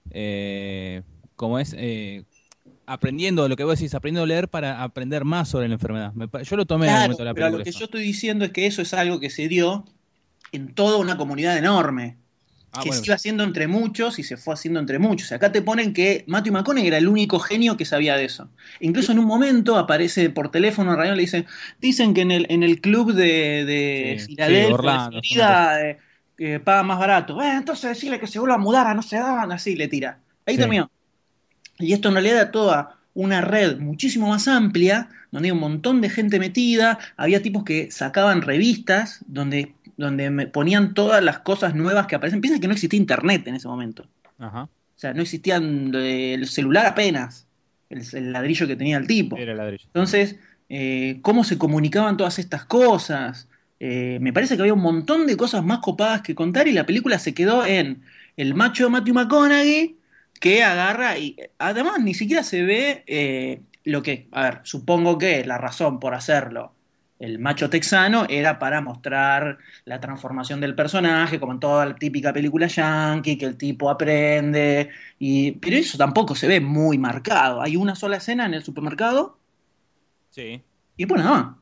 eh, como es, eh, aprendiendo lo que vos decís, aprendiendo a leer para aprender más sobre la enfermedad. Me pa- yo lo tomé en algún Claro, momento de la pero a lo película que yo eso. estoy diciendo es que eso es algo que se dio en toda una comunidad enorme. Ah, que bueno. se iba haciendo entre muchos y se fue haciendo entre muchos. Acá te ponen que Matthew McConaughey era el único genio que sabía de eso. Incluso en un momento aparece por teléfono, en radio, le dice, dicen que en el, en el club de, de Sí, sí, Filadelfia, o de Orlando, una cosa. Florida, eh, eh, paga más barato. Eh, entonces decirle que se vuelva a mudar a no sé dónde, así le tira. Ahí Sí. terminó. Y esto en realidad era toda una red muchísimo más amplia, donde hay un montón de gente metida, había tipos que sacaban revistas donde, donde me ponían todas las cosas nuevas que aparecen. Piensa que no existía internet en ese momento. Ajá. O sea, no existían eh, el celular apenas, el, el ladrillo que tenía el tipo. Era ladrillo. Entonces, eh, ¿cómo se comunicaban todas estas cosas? Eh, me parece que había un montón de cosas más copadas que contar y la película se quedó en el macho de Matthew McConaughey que agarra y además ni siquiera se ve eh, lo que, a ver, supongo que la razón por hacerlo, el macho texano, era para mostrar la transformación del personaje, como en toda la típica película yankee, que el tipo aprende, y, pero eso tampoco se ve muy marcado. Hay una sola escena en el supermercado Sí. y pues nada más.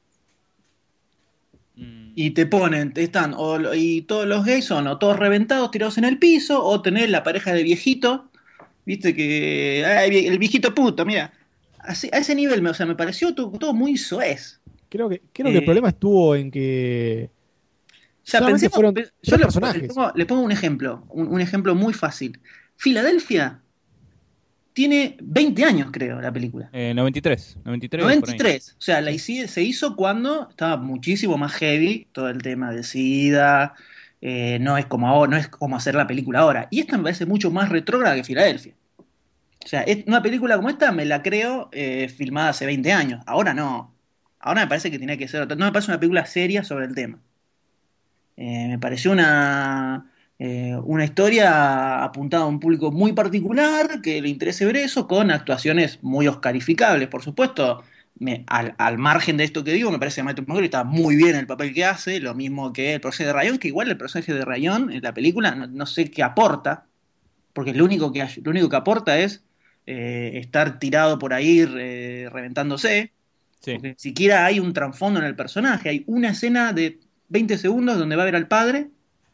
Mm, Y te ponen, te están, o, lo- y todos los gays son o todos reventados, tirados en el piso, o tenés la pareja de viejito, viste que, ay, el viejito puto, mira. Así- a ese nivel, me- o sea, me pareció to- todo, muy soez. Creo que, creo que el Eh, problema estuvo en que o sea, solamente pensemos, fueron pe- yo tres le, le personajes. pongo, le pongo un ejemplo, un, un ejemplo muy fácil. Filadelfia tiene veinte años, creo, la película. eh, noventa y tres. noventa y tres, por ahí. noventa y tres. O sea, la Sí. hici- se hizo cuando estaba muchísimo más heavy todo el tema de SIDA. Eh, no es como ahora, no es como hacer la película ahora. Y esta me parece mucho más retrógrada que Filadelfia. O sea, es- una película como esta me la creo eh, filmada hace veinte años. Ahora no. Ahora me parece que tiene que ser otra. No me parece una película seria sobre el tema. Eh, me pareció una, eh, una historia apuntada a un público muy particular, que le interese ver eso, con actuaciones muy oscarificables, por supuesto. Me- al, al margen de esto que digo, me parece que Matthew McConaughey está muy bien en el papel que hace, lo mismo que el personaje de Rayón, que igual el personaje de Rayón en la película no, no sé qué aporta, porque lo único que, lo único que aporta es eh, estar tirado por ahí eh, reventándose, Sí. porque ni siquiera hay un trasfondo en el personaje. Hay una escena de veinte segundos donde va a ver al padre,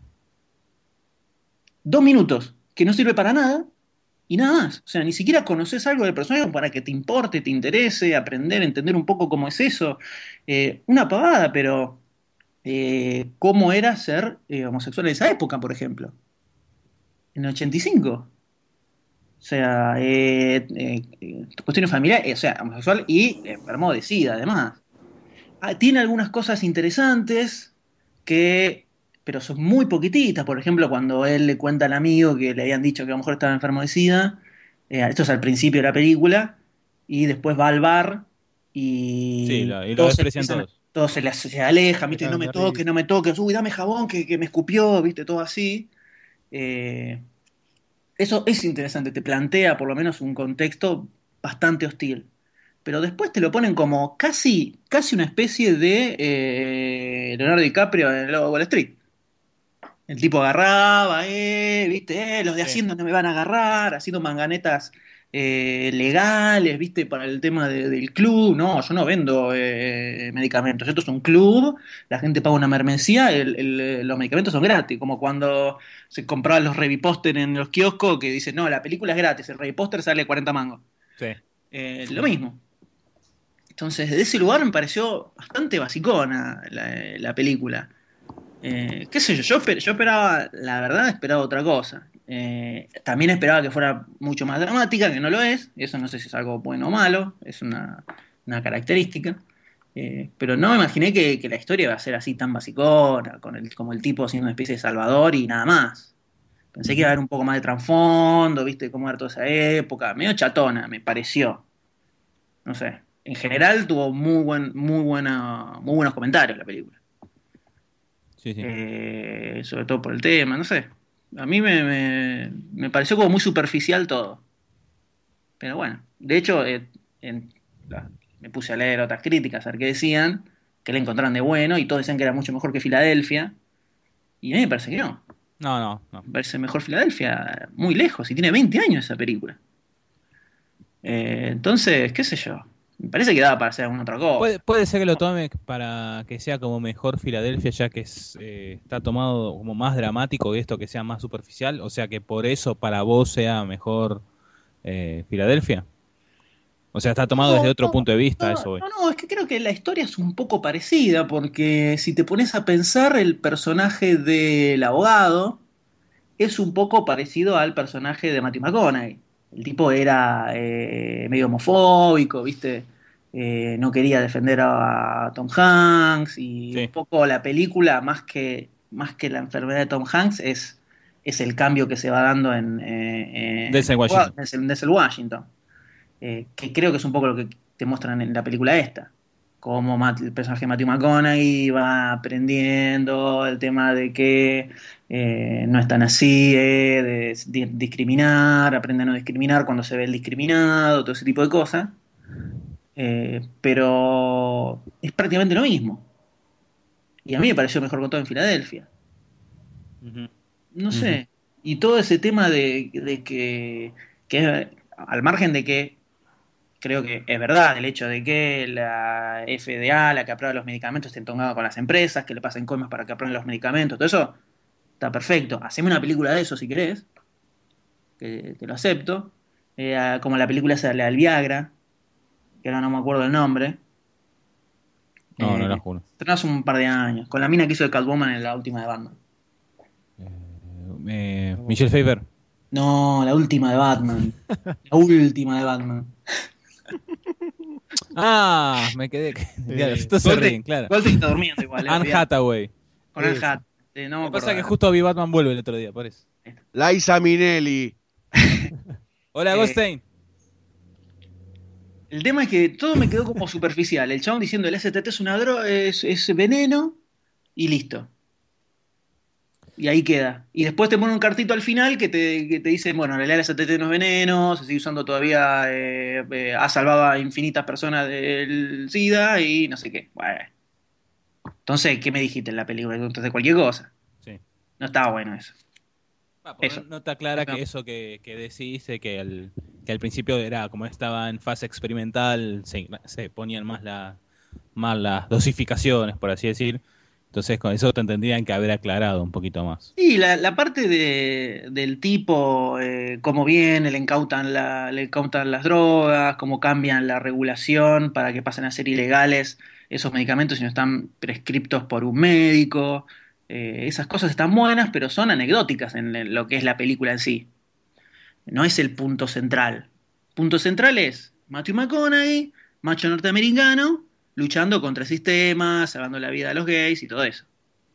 dos minutos, que no sirve para nada, y nada más. O sea, ni siquiera conoces algo del personaje para que te importe, te interese, aprender, entender un poco cómo es eso. Eh, una pavada, pero eh, cómo era ser eh, homosexual en esa época, por ejemplo, en el ochenta y cinco. O sea, eh, eh, eh, cuestiones familiares, o sea, homosexual y enfermo de SIDA, además. Ah, tiene algunas cosas interesantes que, pero son muy poquititas. Por ejemplo, cuando él le cuenta al amigo que le habían dicho que a lo mejor estaba enfermo de SIDA, eh, esto es al principio de la película, y después va al bar Sí, y lo- y lo todos se desprecian empiezan, todos. todos se, le- se alejan, Se ¿viste? No cagan me de toques, risa. no me toques, uy, dame jabón que, que me escupió, ¿viste? Todo así. Eh, Eso es interesante, te plantea por lo menos un contexto bastante hostil. Pero después te lo ponen como casi, casi una especie de eh, Leonardo DiCaprio en el Lobo de Wall Street. El tipo agarraba, eh, viste, eh, los de Sí. Hacienda no me van a agarrar, haciendo manganetas eh, legales, viste, para el tema de- del club. No, yo no vendo eh, medicamentos, esto es un club, la gente paga una mermencía, el- el- los medicamentos son gratis, como cuando se compraban los Revipóster en los kioscos que dicen, no, la película es gratis, el Revipóster sale cuarenta mangos. Sí. Eh, lo mismo. Entonces, desde ese lugar me pareció bastante basicona la, la película. Eh, qué sé yo, yo, esper- yo esperaba, la verdad, esperaba otra cosa. Eh, también esperaba que fuera mucho más dramática, que no lo es. Eso no sé si es algo bueno o malo, es una, una característica. Eh, pero no me imaginé que, que la historia iba a ser así tan basicona, con el, como el tipo siendo una especie de salvador y nada más. Pensé que iba a haber un poco más de trasfondo, viste cómo era toda esa época, medio chatona, me pareció. No sé. En general tuvo muy buen, muy buena, muy buenos comentarios la película. Sí, sí. Eh, sobre todo por el tema, no sé. A mí me, me, me pareció como muy superficial todo. Pero bueno, de hecho, eh, en la- me puse a leer otras críticas, a ver qué decían, que le encontraron de bueno, y todos decían que era mucho mejor que Filadelfia. Y a mí me parece que no. No, no, no. Me parece mejor Filadelfia muy lejos, y tiene veinte años esa película. Eh, entonces, qué sé yo. Me parece que daba para hacer alguna otra cosa. Puede, puede ser que lo tome para que sea como mejor Filadelfia, ya que es, eh, está tomado como más dramático y esto que sea más superficial, o sea que por eso para vos sea mejor eh, Filadelfia. O sea, está tomado desde No, otro no, punto de vista, no, eso voy. no, no, es que creo que la historia es un poco parecida, porque si te pones a pensar, el personaje del abogado es un poco parecido al personaje de Matthew McConaughey. El tipo era eh, medio homofóbico, ¿viste? Eh, no quería defender a, a Tom Hanks y un Sí, poco la película, más que, más que la enfermedad de Tom Hanks, es, es el cambio que se va dando en, eh, en Denzel Washington. Denzel Denzel Washington, eh, que creo que es un poco lo que te muestran en la película esta. Cómo Matt- el personaje de Matthew McConaughey va aprendiendo el tema de que eh, no es tan así, eh, de, di- discriminar, aprende a no discriminar cuando se ve el discriminado, todo ese tipo de cosas. Eh, pero es prácticamente lo mismo. Y a mí me pareció mejor contado en Filadelfia. Ujú, No ujú. sé. Y todo ese tema de, de que, que, al margen de que creo que es verdad el hecho de que la F D A, la que aprueba los medicamentos, esté entonada con las empresas, que le pasen coimas para que aprueben los medicamentos, todo eso está perfecto. Haceme una película de eso si querés, que te lo acepto. Eh, como la película esa, la del Viagra, que ahora no me acuerdo el nombre. No, no la Eh, juro. Estrenó hace un par de años, con la mina que hizo de Catwoman en la última de Batman. Eh, Michelle Pfeiffer. No, la última de Batman. La última de Batman. Ah, me quedé. Claro, Eh, todos se Goldstein, ríen, claro. Goldstein está durmiendo igual, eh, Anne olvidate. Hathaway. Con Anne esa. Hathaway. Eh, no me Lo que acuerdo. pasa es que ahora. justo vi Batman vuelve el otro día, por eso. Liza Minnelli. Hola, Eh, Goldstein. El tema es que todo me quedó como superficial. El chabón diciendo el S T T es una droga, es, es veneno y listo. Y ahí queda. Y después te pone un cartito al final que te, que te dice, bueno, en realidad el S T T no es veneno, se sigue usando todavía, eh, eh, ha salvado a infinitas personas del SIDA y no sé qué. Bueno. Entonces, ¿qué me dijiste en la película? Entonces, cualquier cosa. Sí. No estaba bueno eso. Ah, porque Eso. no está clara que eso que, que decís, eh, que, al, que al principio era como estaba en fase experimental, se, se ponían más, la, más las dosificaciones, por así decir. Entonces con eso te tendrían que haber aclarado un poquito más. Sí, la, la parte de, del tipo, eh, cómo viene, le incautan, la, le incautan las drogas, cómo cambian la regulación para que pasen a ser ilegales esos medicamentos si no están prescriptos por un médico. Eh, esas cosas están buenas, pero son anecdóticas en lo que es la película en sí. No es el punto central. Punto central es Matthew McConaughey, macho norteamericano, luchando contra sistemas, salvando la vida a los gays y todo eso.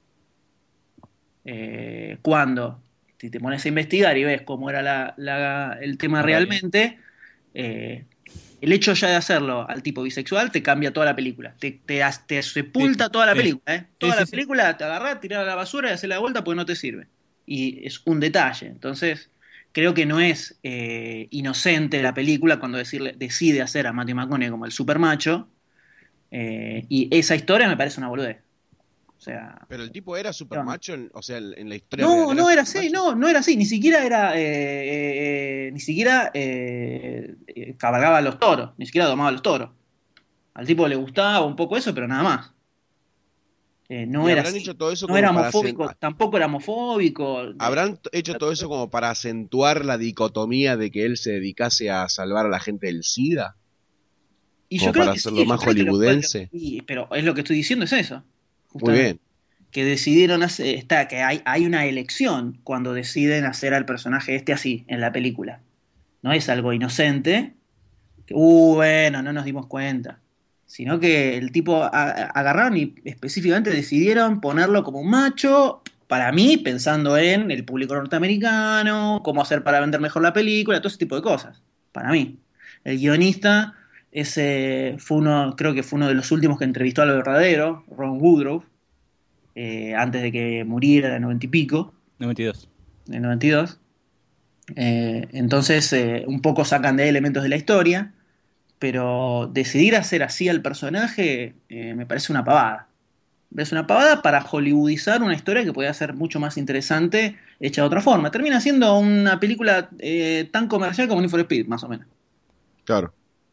Eh, cuando si te pones a investigar y ves cómo era la- la- el tema La realidad. realmente, eh, el hecho ya de hacerlo al tipo bisexual te cambia toda la película. Te, te, as- te Sí, sepulta toda la sí, película, ¿eh? sí, Toda sí, la sí. película te agarrás, tirás a la basura y haces la vuelta porque no te sirve. Y es un detalle. Entonces, creo que no es eh, inocente la película cuando decirle, decide hacer a Matthew McConaughey como el supermacho. Eh, y esa historia me parece una boludez. O sea, Pero el tipo era super macho, en- o sea, en, en la historia real no, era no era super así, macho. no, no era así, ni siquiera era, eh, eh, eh, ni siquiera eh, eh, cabalgaba los toros, ni siquiera domaba los toros. Al tipo le gustaba un poco eso, pero nada más. Eh, no Y era habrán así, hecho todo eso no como era para acen- homofóbico, a- tampoco era homofóbico. eh, habrán t- hecho todo eso como para acentuar la dicotomía de que él se dedicase a salvar a la gente del SIDA, y yo como creo para que hacerlo sí, yo más creo que lo, lo- hollywoodense. y- pero es lo que estoy diciendo, es eso, Muy justamente. bien. Que decidieron hacer, está, que hay, hay una elección cuando deciden hacer al personaje este así en la película. No es algo inocente, que, uh, bueno, no nos dimos cuenta. Sino que el tipo a- a- agarraron y específicamente decidieron ponerlo como un macho, para mí, pensando en el público norteamericano, cómo hacer para vender mejor la película, todo ese tipo de cosas. Para mí. El guionista ese fue uno, creo que fue uno de los últimos que entrevistó a lo verdadero, Ron Woodrow, eh, antes de que muriera de noventa y pico, noventa y dos. de noventa y dos. Eh, entonces, eh, un poco sacan de ahí elementos de la historia, pero decidir hacer así al personaje eh, me parece una pavada. Me parece una pavada para hollywoodizar una historia que podía ser mucho más interesante hecha de otra forma. Termina siendo una película eh, tan comercial como Need for Speed, más o menos. Claro.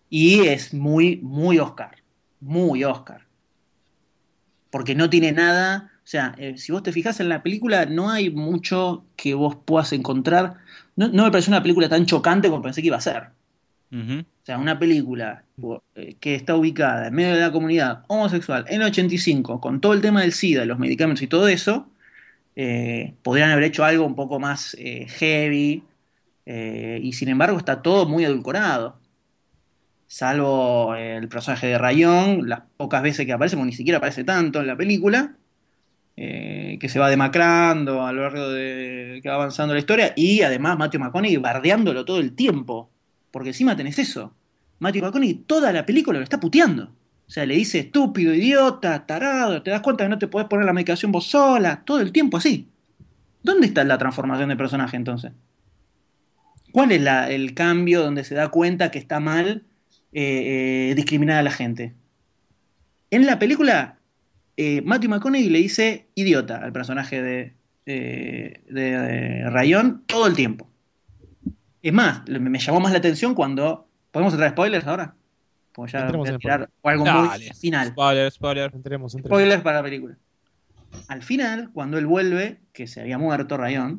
Y es muy, muy Oscar. Muy Oscar. Porque no tiene nada. O sea, eh, si vos te fijas en la película, no hay mucho que vos puedas encontrar. No, no me pareció una película tan chocante como pensé que iba a ser. Ujú. O sea, una película eh, que está ubicada en medio de la comunidad homosexual en el ochenta y cinco, con todo el tema del SIDA, los medicamentos y todo eso, eh, podrían haber hecho algo un poco más eh, heavy, eh, y sin embargo está todo muy edulcorado. Salvo el personaje de Rayón, las pocas veces que aparece, porque ni siquiera aparece tanto en la película, eh, que se va demacrando a lo largo de que va avanzando la historia, y además Matthew McConaughey bardeándolo todo el tiempo, porque encima tenés eso. Matthew McConaughey toda la película lo está puteando. O sea, le dice estúpido, idiota, tarado, te das cuenta que no te podés poner la medicación vos sola, todo el tiempo así. ¿Dónde está la transformación de personaje entonces? ¿Cuál es la- el cambio donde se da cuenta que está mal eh, eh, discriminar a la gente? En la película, eh, Matthew McConaughey le dice idiota al personaje de, eh, de, de Rayón todo el tiempo. Es más, me, me llamó más la atención cuando... ¿Podemos entrar a spoilers ahora? Porque ya Entremos voy a en tirar spoilers. algo Dale. muy final. Spoiler, spoiler. Entremos, entremos. Spoilers para la película. Al final, cuando él vuelve, que se había muerto Rayón,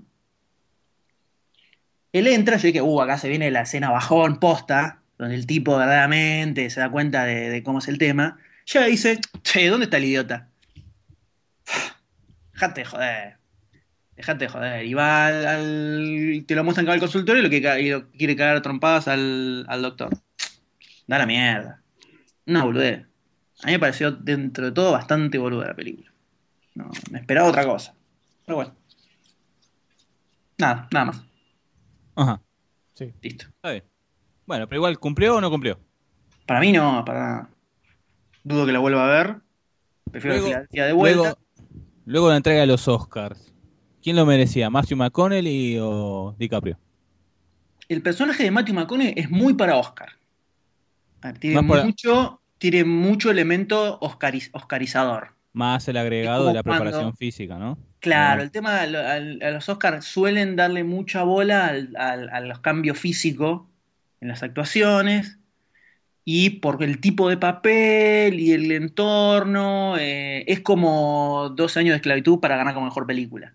él entra, yo dije, uh, acá se viene la escena bajón, posta, donde el tipo verdaderamente se da cuenta de, de cómo es el tema. Ya dice, che, ¿dónde está el idiota? Dejate de joder. Dejate de joder. Y va al, al- te lo muestran que va al consultorio y lo que ca- y lo quiere cagar a trompadas al, al doctor. Da la mierda. Una boludez. A mí me pareció, dentro de todo, bastante boluda la película. No, me esperaba otra cosa. Pero bueno. Nada, nada más. Ajá, Sí. Listo. está bien. Bueno, pero igual, ¿cumplió o no cumplió? Para mí no, para nada. Dudo que la vuelva a ver. Prefiero que Luego, la decía de vuelta. luego, luego la entrega de los Oscars. ¿Quién lo merecía? ¿Matthew McConaughey o DiCaprio? El personaje de Matthew McConaughey es muy para Oscar. A ver, tiene Más, por- mucho, tiene mucho elemento oscariz- oscarizador. más el Es agregado de como la cuando, preparación física, ¿no? claro, Eh, el tema de lo- al- a los Oscars suelen darle mucha bola al- al- a los cambios físicos en las actuaciones y por el tipo de papel y el entorno, eh, es como doce años de esclavitud para ganar como mejor película.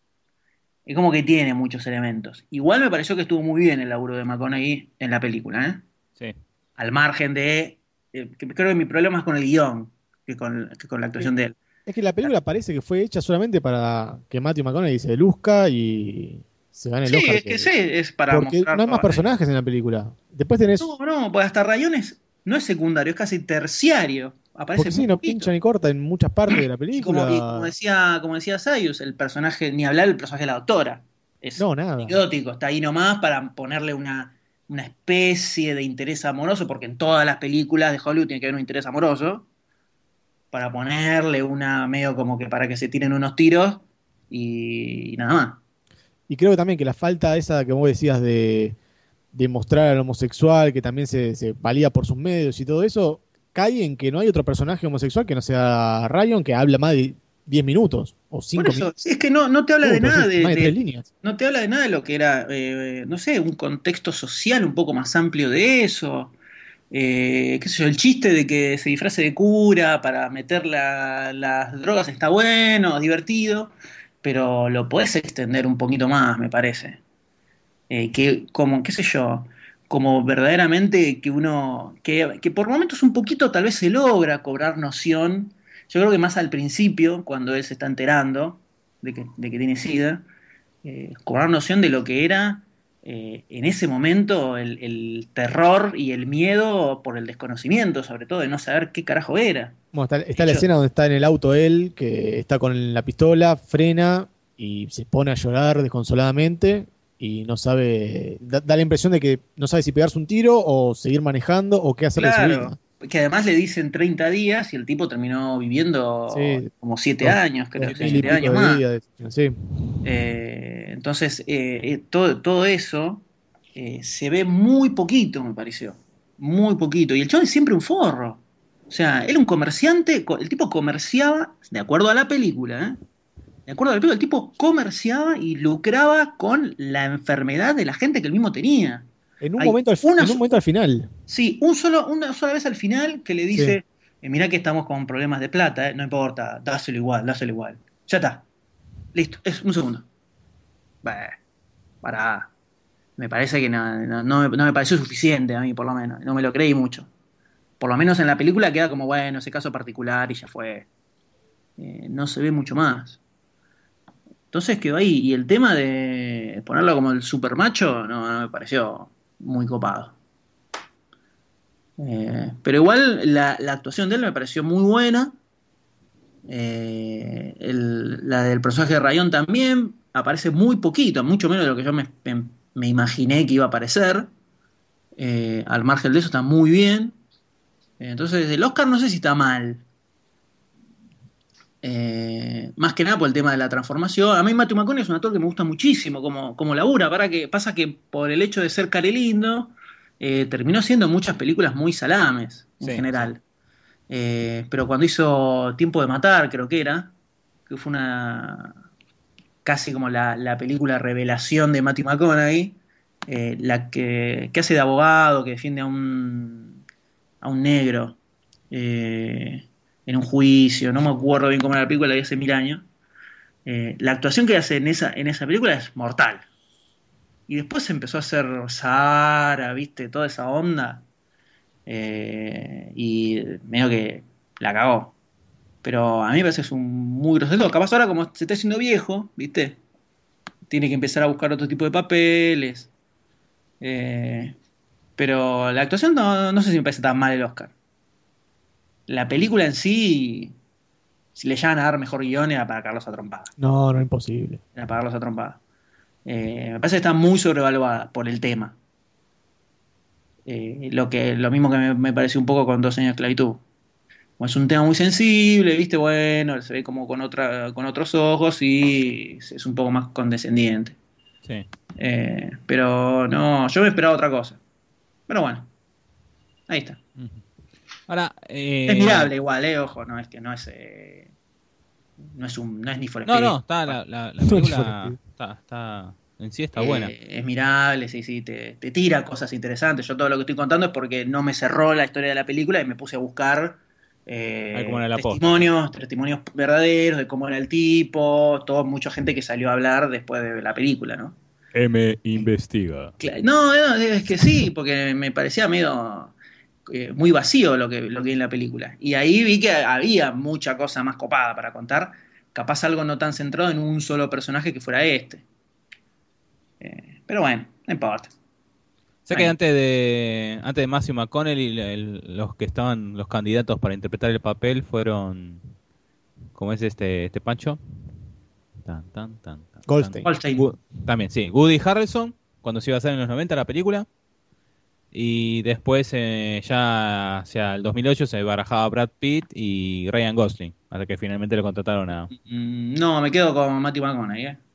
Es como que tiene muchos elementos. Igual me pareció que estuvo muy bien el laburo de McConaughey en la película, ¿eh? sí. Al margen de... eh, que creo que mi problema es con el guión que con, que con la actuación de él. Es que la película parece que fue hecha solamente para que Matthew McConaughey se luzca y se gane el Sí, Oscar. es que sí, es para Porque mostrar... no hay más todo. personajes en la película. Después tenés. No, no, pues hasta Rayones no es secundario, es casi terciario. Aparece Porque muy sí, no poquito. pincha ni corta en muchas partes de la Y como, y como película. decía, como decía Sayus, el personaje, ni hablar del personaje de la doctora. Es No, nada. anecdótico, está ahí nomás para ponerle una, una especie de interés amoroso, porque en todas las películas de Hollywood tiene que haber un interés amoroso, para ponerle una medio como que para que se tiren unos tiros y, y nada más. Y creo que también que la falta esa que vos decías de, de mostrar al homosexual, que también se, se valía por sus medios y todo eso, cae en que no hay otro personaje homosexual que no sea Ryan, que habla más de diez minutos o Por cinco eso, minutos. es que no, no te habla de Uh, pero nada sí, de, más de de- tres líneas. no te habla de nada de lo que era, eh, no sé, un contexto social un poco más amplio de eso. Eh, qué sé yo, el chiste de que se disfrace de cura para meter la- las drogas está bueno, divertido, pero lo podés extender un poquito más, me parece. Eh, que como, qué sé yo, como verdaderamente que uno, que, que por momentos un poquito tal vez se logra cobrar noción, yo creo que más al principio, cuando él se está enterando de que, de que tiene SIDA, eh, cobrar noción de lo que era eh, en ese momento el, el terror y el miedo por el desconocimiento, sobre todo de no saber qué carajo era. Bueno, está, está De la hecho- escena donde está en el auto él, que está con la pistola, frena y se pone a llorar desconsoladamente y no sabe, da, da la impresión de que no sabe si pegarse un tiro o seguir manejando o qué hacer de su Claro, vida. que además le dicen treinta días y el tipo terminó viviendo Sí, como siete dos, años, creo, dos sí, mil y siete pico años de más. días. Sí. Eh, entonces, eh, eh, todo, todo eso eh, se ve muy poquito, me pareció. Muy poquito. Y el chabón es siempre un forro. O sea, él un comerciante, co- el tipo comerciaba, de acuerdo a la película, ¿eh? De acuerdo a la película, el tipo comerciaba y lucraba con la enfermedad de la gente que él mismo tenía. En un, Hay momento al, una en un momento al final. Sí, un solo, una sola vez al final que le dice, Sí. eh, mirá que estamos con problemas de plata, eh, no importa, dáselo igual, dáselo igual. Ya está, listo, es un segundo. Bah, pará. Me parece que no, no, no me, no me pareció suficiente a mí, por lo menos. No me lo creí mucho. Por lo menos en la película queda como, bueno, ese caso particular y ya fue. Eh, no se ve mucho más. Entonces quedó ahí. Y el tema de ponerlo como el super macho, no, no me pareció muy copado. Eh, pero igual la, la actuación de él me pareció muy buena. Eh, el- la del personaje de Rayón también aparece muy poquito, mucho menos de lo que yo me, me- me imaginé que iba a aparecer. Eh, al margen de eso está muy bien. Eh, entonces el Oscar no sé si está mal. Eh, más que nada por el tema de la transformación. A mí Matthew McConaughey es un actor que me gusta muchísimo como, como labura. Para que, pasa que por el hecho de ser carelindo, eh, terminó haciendo muchas películas muy salames en Sí, sí. general. Eh, pero cuando hizo Tiempo de Matar, creo que era, que fue una casi como la, la película revelación de Matthew McConaughey, eh, la que, que hace de abogado, que defiende a un, a un negro eh, en un juicio, no me acuerdo bien cómo era la película, la vi hace mil años. Eh, la actuación que hace en esa, en esa película es mortal. Y después empezó a hacer Sahara, viste, toda esa onda. eh, y medio que la cagó. Pero a mí me parece que es un muy grosero. Capaz ahora como se está haciendo viejo, ¿viste? Tiene que empezar a buscar otro tipo de papeles. Eh, pero la actuación no, no sé si me parece tan mal el Oscar. La película en sí, si le llegan a dar mejor guión, era para Carlos a trompada. No, no es imposible. Era para Carlos a trompada. Eh, me parece que está muy sobrevaluada por el tema. Eh, lo que, lo mismo que me, me pareció un poco con Dos años de esclavitud. Como es un tema muy sensible, ¿viste? Bueno, se ve como con otra, con otros ojos y es un poco más condescendiente. Sí. Eh, pero no, yo me esperaba otra cosa. Pero bueno, ahí está. Ujú. Ahora, Es eh, mirable igual, eh, ojo, no es que no es eh, no es un, no es ni for no, Speed. no, está Bueno, la, la, la película está, está en sí está buena. eh, es mirable, sí, sí, te, te tira cosas interesantes. Yo todo lo que estoy contando es porque no me cerró la historia de la película y me puse a buscar A ver cómo eh, era la posta, sí. testimonios, testimonios verdaderos de cómo era el tipo, todo, mucha gente que salió a hablar después de la película, ¿no? M investiga. Cla- No, no, es que sí, porque me parecía medio eh, muy vacío lo que, lo que hay en la película. Y ahí vi que había mucha cosa más copada para contar, capaz algo no tan centrado en un solo personaje que fuera este. Eh, pero bueno, no importa. Sé que Ahí. antes de antes de Matthew McConaughey, el- los que estaban los candidatos para interpretar el papel fueron, ¿cómo es este este Pancho? Tan, tan, tan, tan, tan. Goldstein. Holstein. Gu- También, sí. Woody Harrelson, cuando se iba a hacer en los noventa la película. Y después, eh, ya hacia el dos mil ocho, se barajaba Brad Pitt y Ryan Gosling. Hasta que finalmente lo contrataron a. Mm, no, me quedo con Matthew McConaughey, ¿eh?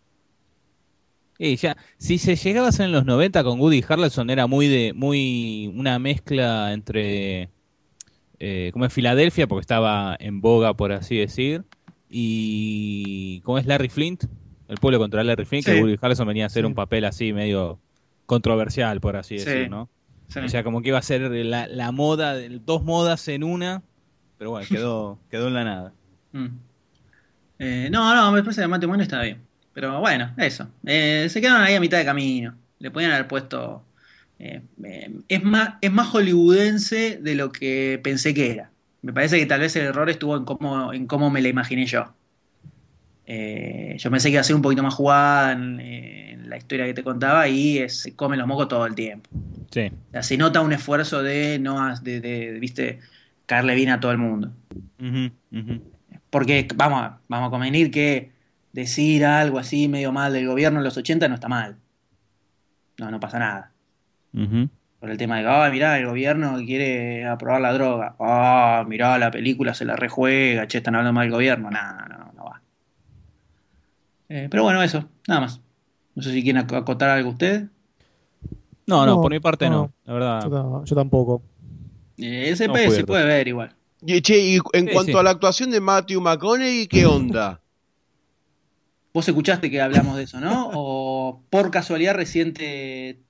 Y ya, si se llegaba a hacer en los noventa con Woody Harrelson, era muy de. Muy. Una mezcla entre. Eh, como es Filadelfia, porque estaba en boga, por así decir. Y. ¿Cómo es Larry Flint? El pueblo contra Larry Flint, que Sí, Woody Harrelson venía a hacer un Sí. papel así medio controversial, por así decir, sí, ¿no? sí. O sea, como que iba a ser la, la moda, de- dos modas en una, pero bueno, quedó, quedó en la nada. Mm. Eh, no, no, me parece que Matthew McConaughey está bien. Pero bueno, eso. Eh, se quedaron ahí a mitad de camino. Le podían haber puesto. eh, eh, es más, es más hollywoodense de lo que pensé que era. Me parece que tal vez el error estuvo en cómo, en cómo me la imaginé yo. Eh, yo pensé que iba a ser un poquito más jugada en, en la historia que te contaba y es- se come los mocos todo el tiempo. Sí. O sea, se nota un esfuerzo de no de, de, viste, caerle bien a todo el mundo. Ujú, ujú. Porque vamos, a- vamos a convenir que decir algo así medio mal del gobierno en los ochenta no está mal. No, no pasa nada. Ujú. Por el tema de que, ah, mirá, el gobierno quiere aprobar la droga. Ah, mirá, la película se la rejuega, che, están hablando mal del gobierno. No, no, no va. Eh, pero bueno, eso, nada más. No sé si quieren ac- acotar algo ustedes. No, no, por No, mi parte no, no, la yo, verdad, ta- yo tampoco. Eh, ese no pe- se cubierto. puede ver igual. Y, che, y en Sí, cuanto sí. a la actuación de Matthew McConaughey, ¿qué onda? Vos escuchaste que hablamos de eso, ¿no? O por casualidad recién te,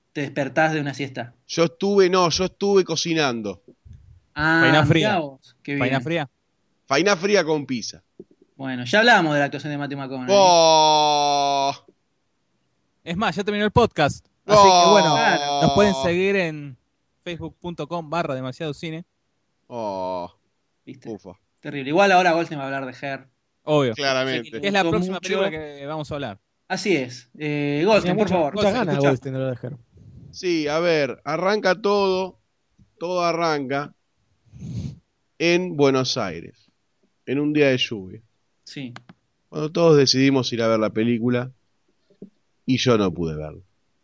te despertás de una siesta? Yo estuve, no, yo estuve cocinando. Ah, Faina fría. mirá vos, qué bien. Faina fría. Faina fría con pizza. Bueno, ya hablábamos de la actuación de Matthew McConaughey. ¡Oh! Es más, ya terminó el podcast. ¡Oh! Así que bueno, Claro. nos pueden seguir en facebook.com barra demasiado cine. ¡Oh! ¿Viste? Ufa. Terrible. Igual ahora Goldstein va a hablar de Her. Obvio. Claramente. Que es la gustó próxima mucho. película que vamos a hablar. Así es. Eh, Tenía Goldstein, por mucha- favor. Muchas Goldstein, ganas de escucha. Goldstein de lo de Her. Sí, a ver, arranca todo, todo arranca en Buenos Aires, en un día de lluvia, Sí. cuando todos decidimos ir a ver la película y yo no pude verla.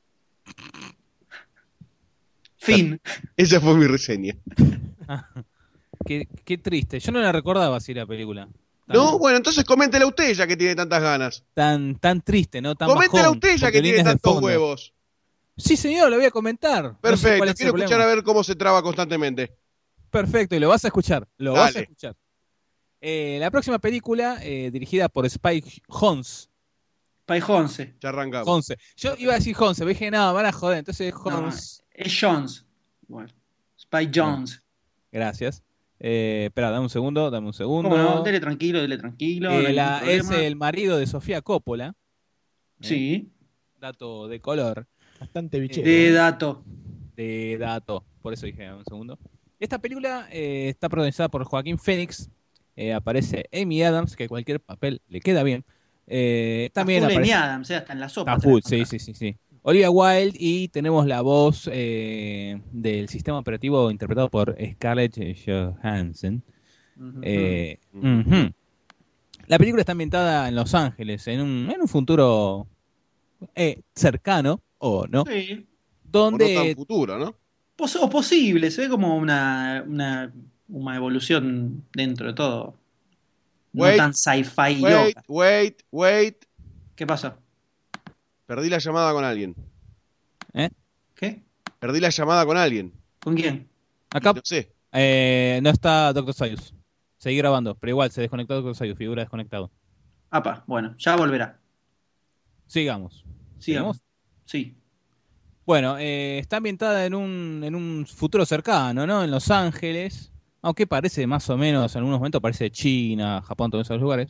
Fin. Esa fue mi reseña. Qué, qué triste. Yo no la recordaba así la película. Tan, No, bueno, entonces coméntela usted ya que tiene tantas ganas. tan, tan triste, ¿no? Tan Coméntela bajón, usted ya con que tiene violines de tantos fondo. huevos. Sí, señor, lo voy a comentar. No sé Perfecto, cuál es el quiero escuchar problema. a ver cómo se traba constantemente. Perfecto, y lo vas a escuchar. Lo vas a Dale. escuchar. Eh, la próxima película, eh, dirigida por Spike Jonze. Pai Jonze. Ya arrancamos. Jonze. Yo iba a decir Jonze, pero dije, no, van a joder. Entonces, No, Jonze. es Jones. Bueno, Spike Jones. Gracias. Eh, espera, dame un segundo, dame un segundo. ¿Cómo no? Dele tranquilo, dele tranquilo. Eh, no hay la- ningún es problema. el marido de Sofía Coppola. Sí, Dato de color. Bastante bichero. de ¿eh? dato. De dato. Por eso dije, dame un segundo. Esta película eh, está protagonizada por Joaquín Phoenix. Eh, aparece Amy Adams, que cualquier papel le queda bien. Eh, también Está full aparece. Amy Adams, eh, hasta en la sopa. Está se la full, sí, encontrás. sí, sí, sí. Olivia Wilde y tenemos la voz eh, del sistema operativo interpretado por Scarlett Johansson. Ujú. Eh, Ujú. ujú. La película está ambientada en Los Ángeles, en un, en un futuro eh, cercano, o no, Sí. O no tan donde futuro, ¿no? Pos- o posible, se ve como una, una, una evolución dentro de todo. No Wait, tan sci-fi Wait, loca. wait, wait. ¿Qué pasó? Perdí la llamada con alguien. ¿eh? ¿Qué? Perdí la llamada con alguien. ¿Con quién? acá No sé. eh, no está Doctor Sayus. Seguí grabando, pero igual se desconectó Doctor Sayus, figura desconectado. Apa, bueno, ya volverá. Sigamos. Sigamos. Sí. Bueno, eh, está ambientada en un, en un futuro cercano, ¿no? En Los Ángeles, aunque parece más o menos, en algunos momentos parece China, Japón, todos esos lugares,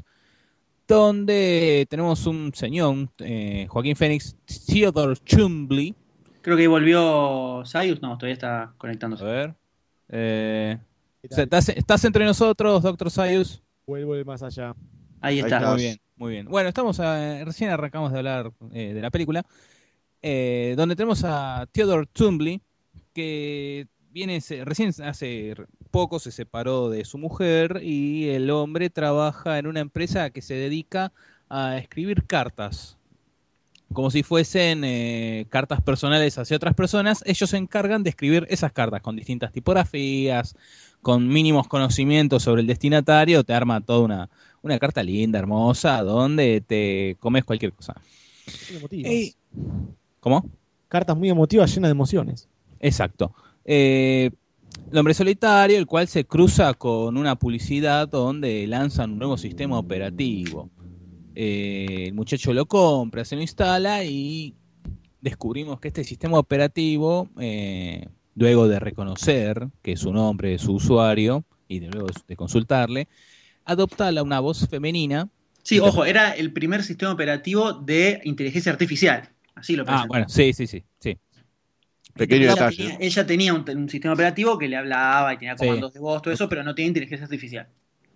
donde tenemos un señor, eh, Joaquín Phoenix, Theodore Chumbley. Creo que ahí volvió Sayus. No, todavía está A conectándose. ver. Eh, ¿Qué o sea, tal? ¿estás, estás entre nosotros, Doctor Sayus? Vuelvo de más allá. Ahí Ahí está. está. Muy bien, muy bien. Bueno, estamos a- recién arrancamos de hablar eh, de la película, eh, donde tenemos a Theodore Chumbley, que viene se- recién hace r- poco se separó de su mujer y el hombre trabaja en una empresa que se dedica a escribir cartas, como si fuesen eh, cartas personales hacia otras personas. Ellos se encargan de escribir esas cartas con distintas tipografías, con mínimos conocimientos sobre el destinatario. Te arma toda una, una carta linda, hermosa, donde te comes cualquier cosa. Muy emotivas. Ey, ¿Cómo? Cartas muy emotivas, llenas de emociones. Exacto. Eh, el hombre solitario, el cual se cruza con una publicidad donde lanzan un nuevo sistema operativo. Eh, el muchacho lo compra, se lo instala y descubrimos que este sistema operativo, eh, luego de reconocer que es un hombre de su usuario y de luego de consultarle, adopta la- una voz femenina. Sí, ojo, era el primer sistema operativo de inteligencia artificial. Así lo Ah, presentó. bueno, sí, sí, sí, sí. Pequeño ella, detalle. tenía, ella tenía un, un sistema operativo que le hablaba y tenía Sí. comandos de voz, todo eso, pero no tenía inteligencia artificial.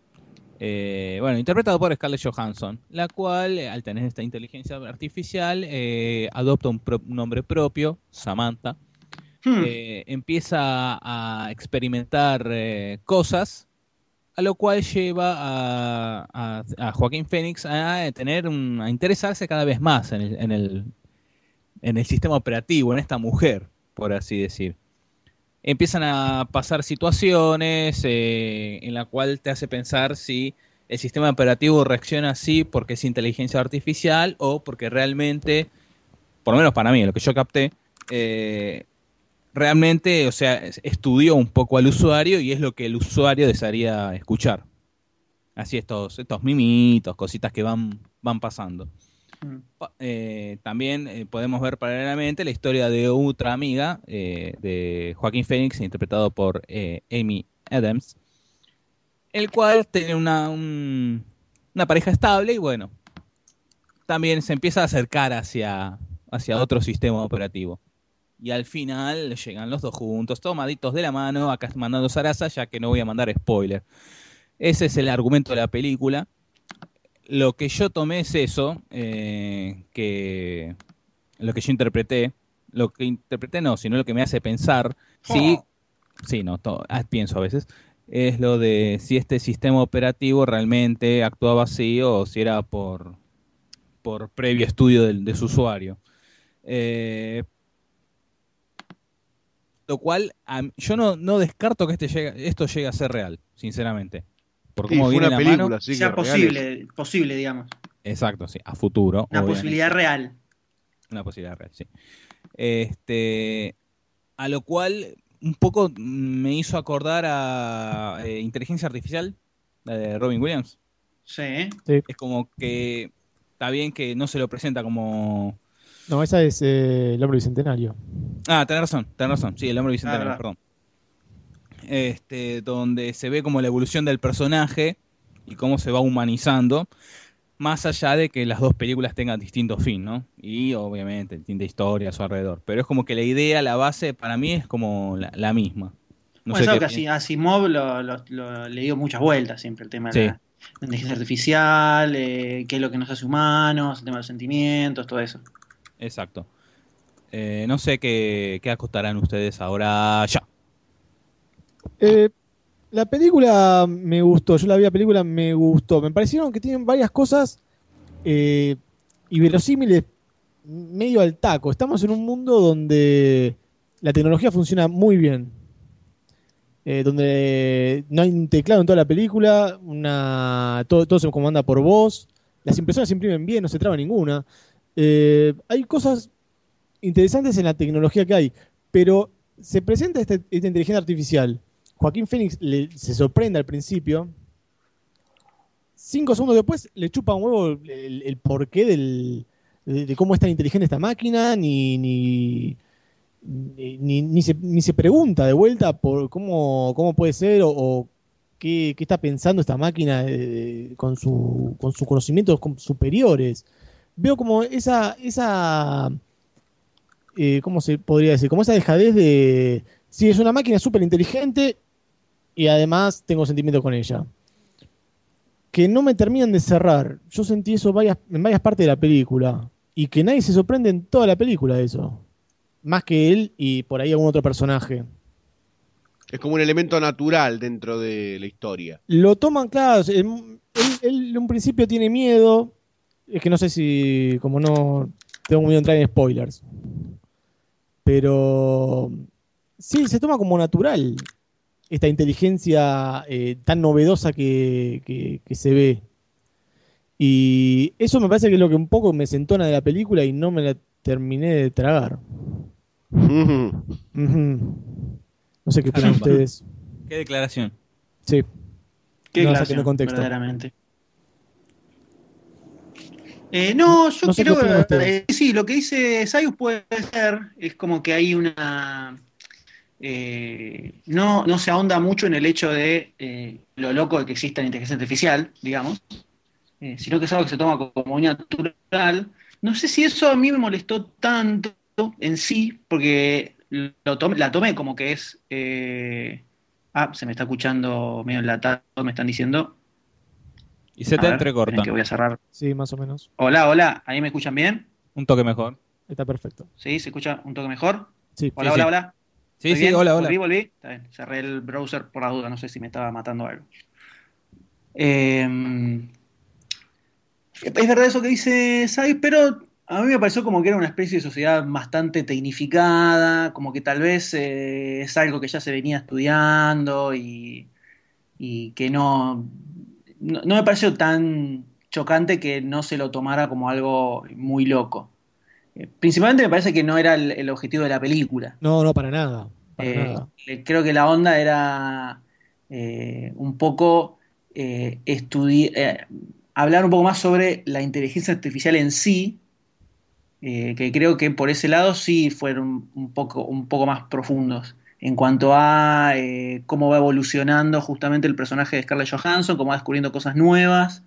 Eh, bueno, interpretado por Scarlett Johansson, la cual, eh, al tener esta inteligencia artificial, eh, adopta un, pro- un nombre propio, Samantha. Hmm. Eh, empieza a experimentar eh, cosas, a lo cual lleva a, a- a Joaquín Phoenix a tener un- a interesarse cada vez más en el, en el, en el sistema operativo, en esta mujer, por así decir. Empiezan a pasar situaciones eh, en la cual te hace pensar si el sistema operativo reacciona así porque es inteligencia artificial o porque realmente, por lo menos para mí, lo que yo capté, eh, realmente, o sea, es- estudió un poco al usuario y es lo que el usuario desearía escuchar. Así estos, estos mimitos, cositas que van, van pasando. Mm. Eh, también eh, podemos ver paralelamente la historia de otra amiga eh, de Joaquín Phoenix, interpretado por eh, Amy Adams, el cual tiene una, un- una pareja estable y bueno, también se empieza a acercar hacia, hacia otro sistema operativo. Y al final llegan los dos juntos, tomaditos de la mano, acá mandando zaraza, ya que no voy a mandar spoiler. Ese es el argumento de la película. Lo que yo tomé es eso, eh, que lo que yo interpreté, lo que interpreté no, sino lo que me hace pensar, sí, Oh. sí, no, to- ah, pienso a veces, es lo de si este sistema operativo realmente actuaba así o si era por, por previo estudio del, de su usuario. Eh, lo cual, a mí- yo no, no descarto que este llega- esto llegue a ser real, sinceramente. Por Sí, cómo fue viene una la mano, película, así que Sea reales. posible, posible, digamos. exacto, sí, a futuro, Una posibilidad obviamente, real. una posibilidad real, sí. Este, a lo cual un poco me hizo acordar a eh, Inteligencia Artificial, la de Robin Williams. Sí. Sí. Es como que está bien que no se lo presenta como... No, esa es eh, el hombre bicentenario. Ah, tenés razón, tenés razón, sí, el hombre La bicentenario, verdad. perdón. Este, donde se ve como la evolución del personaje y cómo se va humanizando, más allá de que las dos películas tengan distinto fin, ¿no? Y obviamente distinta historia a su alrededor. Pero es como que la idea, la base, para mí es como la, la misma. No Bueno, sé es algo qué que piensas. así Asimov lo, lo- lo- le dio muchas vueltas siempre, el tema de Sí, la inteligencia artificial, eh, qué es lo que nos hace humanos, el tema de los sentimientos, todo eso. exacto. Eh, no sé qué, qué acostarán ustedes ahora ya. Eh, la película me gustó, yo la vi la película, me gustó. Me parecieron que tienen varias cosas eh, inverosímiles medio al taco. Estamos en un mundo donde la tecnología funciona muy bien. Eh, donde no hay un teclado en toda la película, una, todo, todo se comanda por voz, las impresoras se imprimen bien, no se traba ninguna. Eh, hay cosas interesantes en la tecnología que hay, pero se presenta esta, esta inteligencia artificial. Joaquín Phoenix le- se sorprende al principio. Cinco segundos después le chupa un huevo el, el porqué del, de, de cómo es tan inteligente esta máquina, ni, ni, ni, ni- ni se, ni se pregunta de vuelta por cómo, cómo puede ser o, o qué, qué está pensando esta máquina eh, con, su, con sus conocimientos com- superiores. Veo como esa, esa eh, ¿cómo se podría decir? Como esa dejadez de, sí, es una máquina súper inteligente y además tengo sentimientos con ella. Que no me terminan de cerrar. Yo sentí eso varias, en varias partes de la película. Y que nadie se sorprende en toda la película de eso. Más que él y por ahí algún otro personaje. Es como un elemento natural dentro de la historia. Lo toman, claro, él, él- él en un principio tiene miedo. Es que no sé si, como no tengo miedo de entrar en spoilers. Pero sí, se toma como natural esta inteligencia eh, tan novedosa que, que- que se ve. Y eso me parece que es lo que un poco me sentona de la película y no me la terminé de tragar. Ujú. No sé qué opinan Caramba, ustedes. qué declaración. Sí, Qué no la saquen de declaración, contexto. verdaderamente. Eh, No, no, yo no sé qué creo opinan ustedes. que eh, sí, lo que dice Sayus puede ser, es como que hay una... eh, no, no se ahonda mucho en el hecho de eh, lo loco de que exista la inteligencia artificial, digamos, eh, sino que es algo que se toma como muy natural. No sé si eso a mí me molestó tanto en sí, porque lo tomé- la tomé como que es... eh, ah, se me está escuchando medio enlatado, me están diciendo. Y se A te ver, esperen que entrecorta. voy a cerrar. Sí, más o menos. Hola, hola, ¿ahí me escuchan bien? Un toque mejor. Está perfecto. ¿Sí? ¿Se escucha un toque mejor? Sí. Sí, Hola, hola, sí. hola. Sí, ¿Estoy sí, bien? hola, hola. ¿Volví, volví? Está bien. Cerré el browser por la duda, no sé si me estaba matando algo. Eh, es verdad eso que dice Sai, pero a mí me pareció como que era una especie de sociedad bastante tecnificada, como que tal vez eh, es algo que ya se venía estudiando y, y que no, no, no me pareció tan chocante que no se lo tomara como algo muy loco. Eh, principalmente me parece que no era el, el objetivo de la película. No, no, para nada. Para Eh, nada. eh, creo que la onda era eh, un poco eh, estudi- eh, hablar un poco más sobre la inteligencia artificial en sí, eh, que creo que por ese lado sí fueron un poco, un poco más profundos en cuanto a eh, cómo va evolucionando justamente el personaje de Scarlett Johansson, cómo va descubriendo cosas nuevas,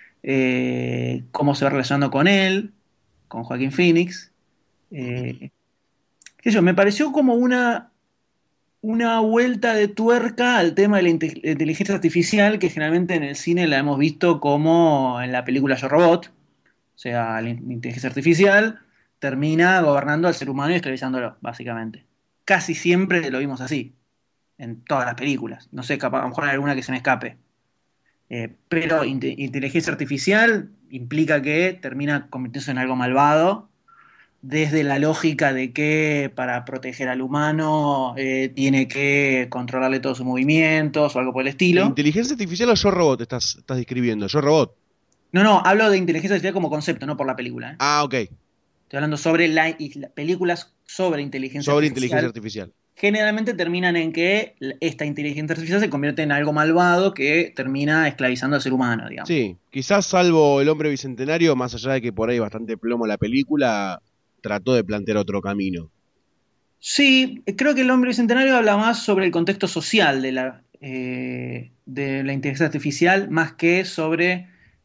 eh, cómo se va relacionando con él, con Joaquín Phoenix. Eh, qué sé yo, me pareció como una, una vuelta de tuerca al tema de la inte- inteligencia artificial, que generalmente en el cine la hemos visto como en la película Yo Robot. O sea, la in- inteligencia artificial termina gobernando al ser humano y esclavizándolo, básicamente. Casi siempre lo vimos así, en todas las películas. No sé, capaz, a lo mejor hay alguna que se me escape. Eh, pero inte- inteligencia artificial implica que termina convirtiéndose en algo malvado, desde la lógica de que para proteger al humano eh, tiene que controlarle todos sus movimientos o algo por el estilo. ¿Inteligencia artificial o Yo Robot estás, estás describiendo? Yo Robot. No, no, hablo de inteligencia artificial como concepto, no por la película. ¿eh? Ah, ok. Estoy hablando sobre la, y la- películas sobre inteligencia Sobre inteligencia artificial. artificial. Generalmente terminan en que esta inteligencia artificial se convierte en algo malvado que termina esclavizando al ser humano, digamos. Sí, quizás salvo El Hombre Bicentenario, más allá de que por ahí bastante plomo la película, trató de plantear otro camino. Sí, creo que el hombre bicentenario habla más sobre el contexto social de la, eh, de la inteligencia artificial, más que sobre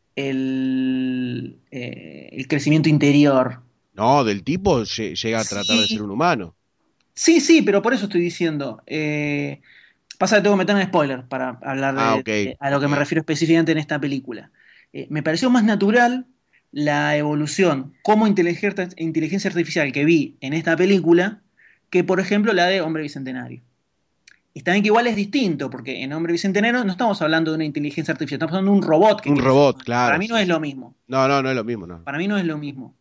el, eh, el crecimiento interior. No, del tipo lle- llega a tratar de ser Sí, un humano. sí, sí, pero por eso estoy diciendo. Eh, pasa que tengo que meterme en spoiler para hablar Ah, de, ok, de- a lo ok. que me refiero específicamente en esta película. Eh, me pareció más natural la evolución como inteligencia, inteligencia artificial que vi en esta película que, por ejemplo, la de Hombre Bicentenario. Y también que igual es distinto, porque en Hombre Bicentenario no estamos hablando de una inteligencia artificial, estamos hablando de un robot que Un quiere ser robot, humano. Para claro, mí no sí, es lo sí. mismo. No, no, no es lo mismo, no. Para mí no es lo mismo.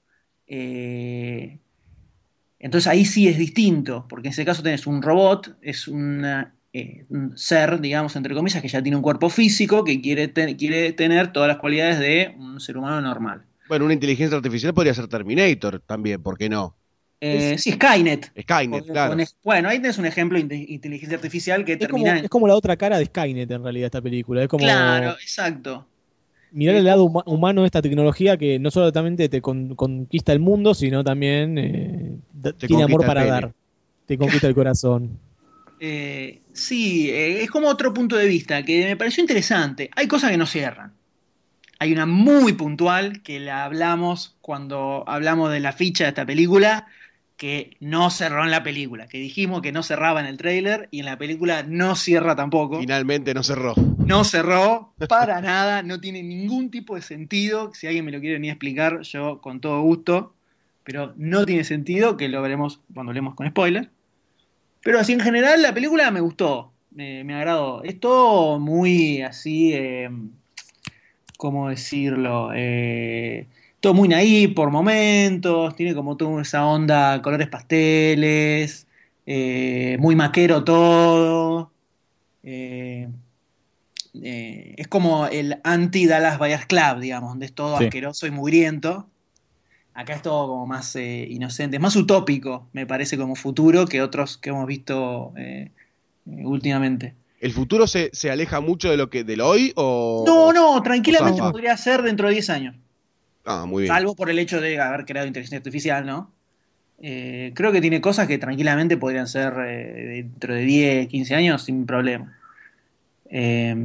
Eh, entonces ahí sí es distinto, porque en ese caso tenés un robot, es una, eh, un ser, digamos, entre comillas, que ya tiene un cuerpo físico, que quiere, te- quiere tener todas las cualidades de un ser humano normal. Bueno, una inteligencia artificial podría ser Terminator también, ¿por qué no? Eh, sí, Skynet. Skynet, Podría- con claro. es- bueno, ahí tenés un ejemplo de inte- inteligencia artificial que Es como, termina en... es como la otra cara de Skynet en realidad esta película. Es Claro, como exacto. mirar Eh, el lado huma- humano de esta tecnología que no solamente te con- conquista el mundo, sino también eh, da- Te tiene amor conquista el para pene. dar. Te conquista el corazón. Eh, sí, eh, es como otro punto de vista que me pareció interesante. Hay cosas que no cierran. Hay una muy puntual que la hablamos cuando hablamos de la ficha de esta película, que no cerró en la película, que dijimos que no cerraba en el tráiler y en la película no cierra tampoco. Finalmente no cerró. No cerró para nada, no tiene ningún tipo de sentido. Si alguien me lo quiere venir a explicar, yo con todo gusto, pero no tiene sentido, que lo veremos cuando hablemos con spoiler. Pero así en general la película me gustó, me, me agradó. Es todo muy así, eh, ¿cómo decirlo? Eh, todo muy naif por momentos, tiene como toda esa onda, colores pasteles, eh, muy maquero todo. Eh, eh, es como el anti-Dallas Buyers Club, digamos, donde es todo Sí. asqueroso y mugriento. Acá es todo como más eh, inocente, es más utópico, me parece, como futuro que otros que hemos visto eh, eh, últimamente. ¿El futuro se, se aleja mucho de lo que del hoy No, o, no, o tranquilamente zafa? podría ser dentro de diez años. Ah, muy bien. Salvo por el hecho de haber creado inteligencia artificial, ¿no? Eh, creo que tiene cosas que tranquilamente podrían ser eh, dentro de diez, quince años sin problema. Eh,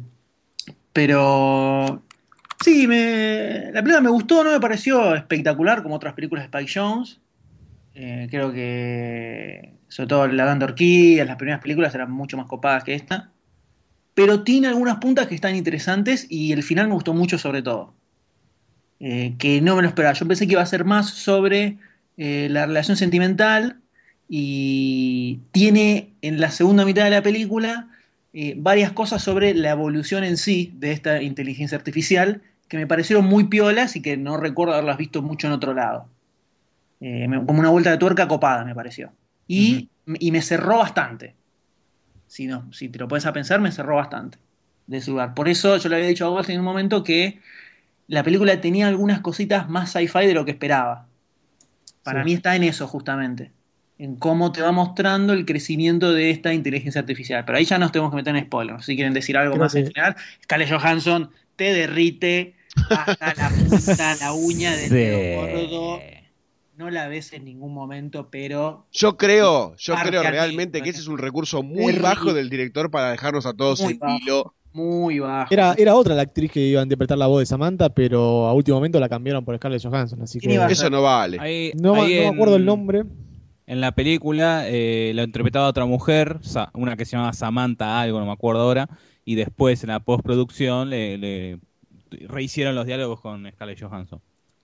pero sí, me, la película me gustó, no me pareció espectacular como otras películas de Spike Jonze. Eh, creo que, sobre todo La Banda Orquídeas, las primeras películas eran mucho más copadas que esta. Pero tiene algunas puntas que están interesantes y el final me gustó mucho sobre todo. Eh, que no me lo esperaba. Yo pensé que iba a ser más sobre eh, la relación sentimental y tiene en la segunda mitad de la película eh, varias cosas sobre la evolución en sí de esta inteligencia artificial que me parecieron muy piolas y que no recuerdo haberlas visto mucho en otro lado. Eh, me- como una vuelta de tuerca copada me pareció. Y, y me cerró bastante. Si, no, si te lo puedes a pensar, me cerró bastante de ese lugar. Por eso yo le había dicho a vos en un momento que la película tenía algunas cositas más sci-fi de lo que esperaba. Para Sí. mí está en eso justamente, en cómo te va mostrando el crecimiento de esta inteligencia artificial. Pero ahí ya nos tenemos que meter en spoilers. Si quieren decir algo Creo más en que general, Scarlett Johansson te derrite, hasta la punta, la uña del Sí. dedo gordo. No la ves en ningún momento, pero Yo creo, yo Parte creo a mí, realmente ¿no? que ese es un recurso muy Terrible. bajo del director para dejarnos a todos Muy en bajo. vilo. muy bajo. Era, era otra la actriz que iba a interpretar la voz de Samantha, pero a último momento la cambiaron por Scarlett Johansson, así ¿Quién que iba a Eso no vale. Ahí, no, ma- ahí no me en- acuerdo el nombre. En la película eh, lo interpretaba otra mujer, Sa- una que se llamaba Samantha algo, no me acuerdo ahora, y después en la postproducción le, le rehicieron los diálogos con Scarlett Johansson.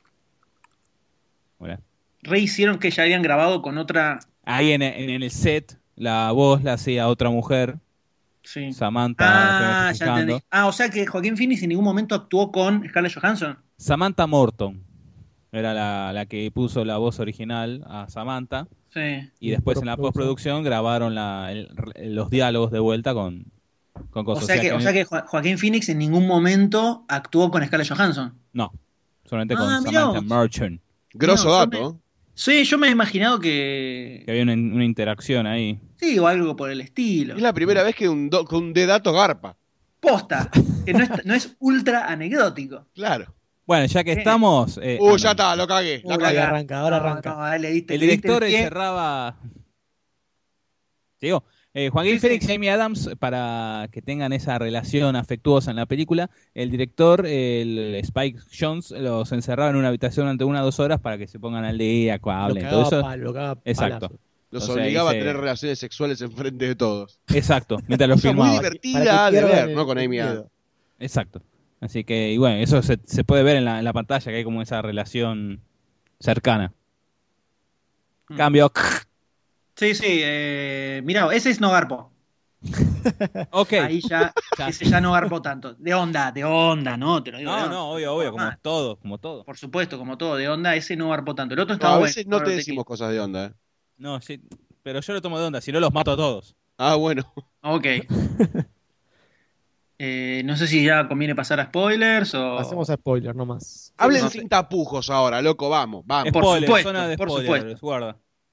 Hola. Rehicieron que ya habían grabado con otra. Ahí en, en- en el set la voz la hacía otra mujer, Sí. Samantha, Ah, la estoy ya fijando. entendí. Ah, o sea que Joaquín Phoenix en ningún momento actuó con Scarlett Johansson. Samantha Morton era la, la que puso la voz original a Samantha, Sí. y después en la postproducción grabaron la- el- los diálogos de vuelta con, con O cosas. sea que, o sea que Jo- Joaquín Phoenix en ningún momento actuó con Scarlett Johansson. No, solamente Ah, con mirá Samantha vos. Merchant. Grosso No, yo dato. Sí, yo me he imaginado Que que. había una, una interacción ahí. Sí, o algo por el estilo. Es la primera vez que un, do- que un de dato garpa. Posta, que no es, no es ultra anecdótico. Claro. Bueno, ya que Bien. estamos... eh, Uh, ah, ya no. está, lo cagué. La Uh, Ahí cagué. la- arranca, ahora no, arranca. no, ahí le diste- El le diste director pie. encerraba... Digo, eh, Joaquín Sí, Phoenix sí. y Amy Adams, para que tengan esa relación afectuosa en la película, el director, el Spike Jonze, los encerraba en una habitación durante una o dos horas para que se pongan al día, Lo que hablen, todo cagaba eso. palo, lo cagaba Exacto. palazo. Los O sea, obligaba dice- a tener relaciones sexuales en frente de todos. Exacto, mientras lo Cosa muy filmaba. divertida Para que de pierdan ver, el- ¿no? Con el Amy miedo. Adams. Exacto. Así que, y bueno, eso se, se puede ver en la, en la pantalla, que hay como esa relación cercana. Mm. Cambio. Sí, sí, eh, mirá, ese es no garpo. Ok. Ahí ya, Ya. ese ya no garpó tanto. De onda, de onda, ¿no? Te lo digo. de No, onda. no, obvio, obvio, como Ah, todo, como todo. Por supuesto, como todo, de onda, ese no garpó tanto. El otro No, estaba a bueno. veces no te lo decimos cosas de onda, ¿eh? No, sí, pero yo lo tomo de onda, si no los mato a todos. Ah, bueno. Ok. Eh, no sé si ya conviene pasar a spoilers o. Pasemos a spoiler nomás. Hablen no. sin tapujos ahora, loco, vamos, vamos. Por Spoiler, supuesto, zona de por spoilers, supuesto. guarda.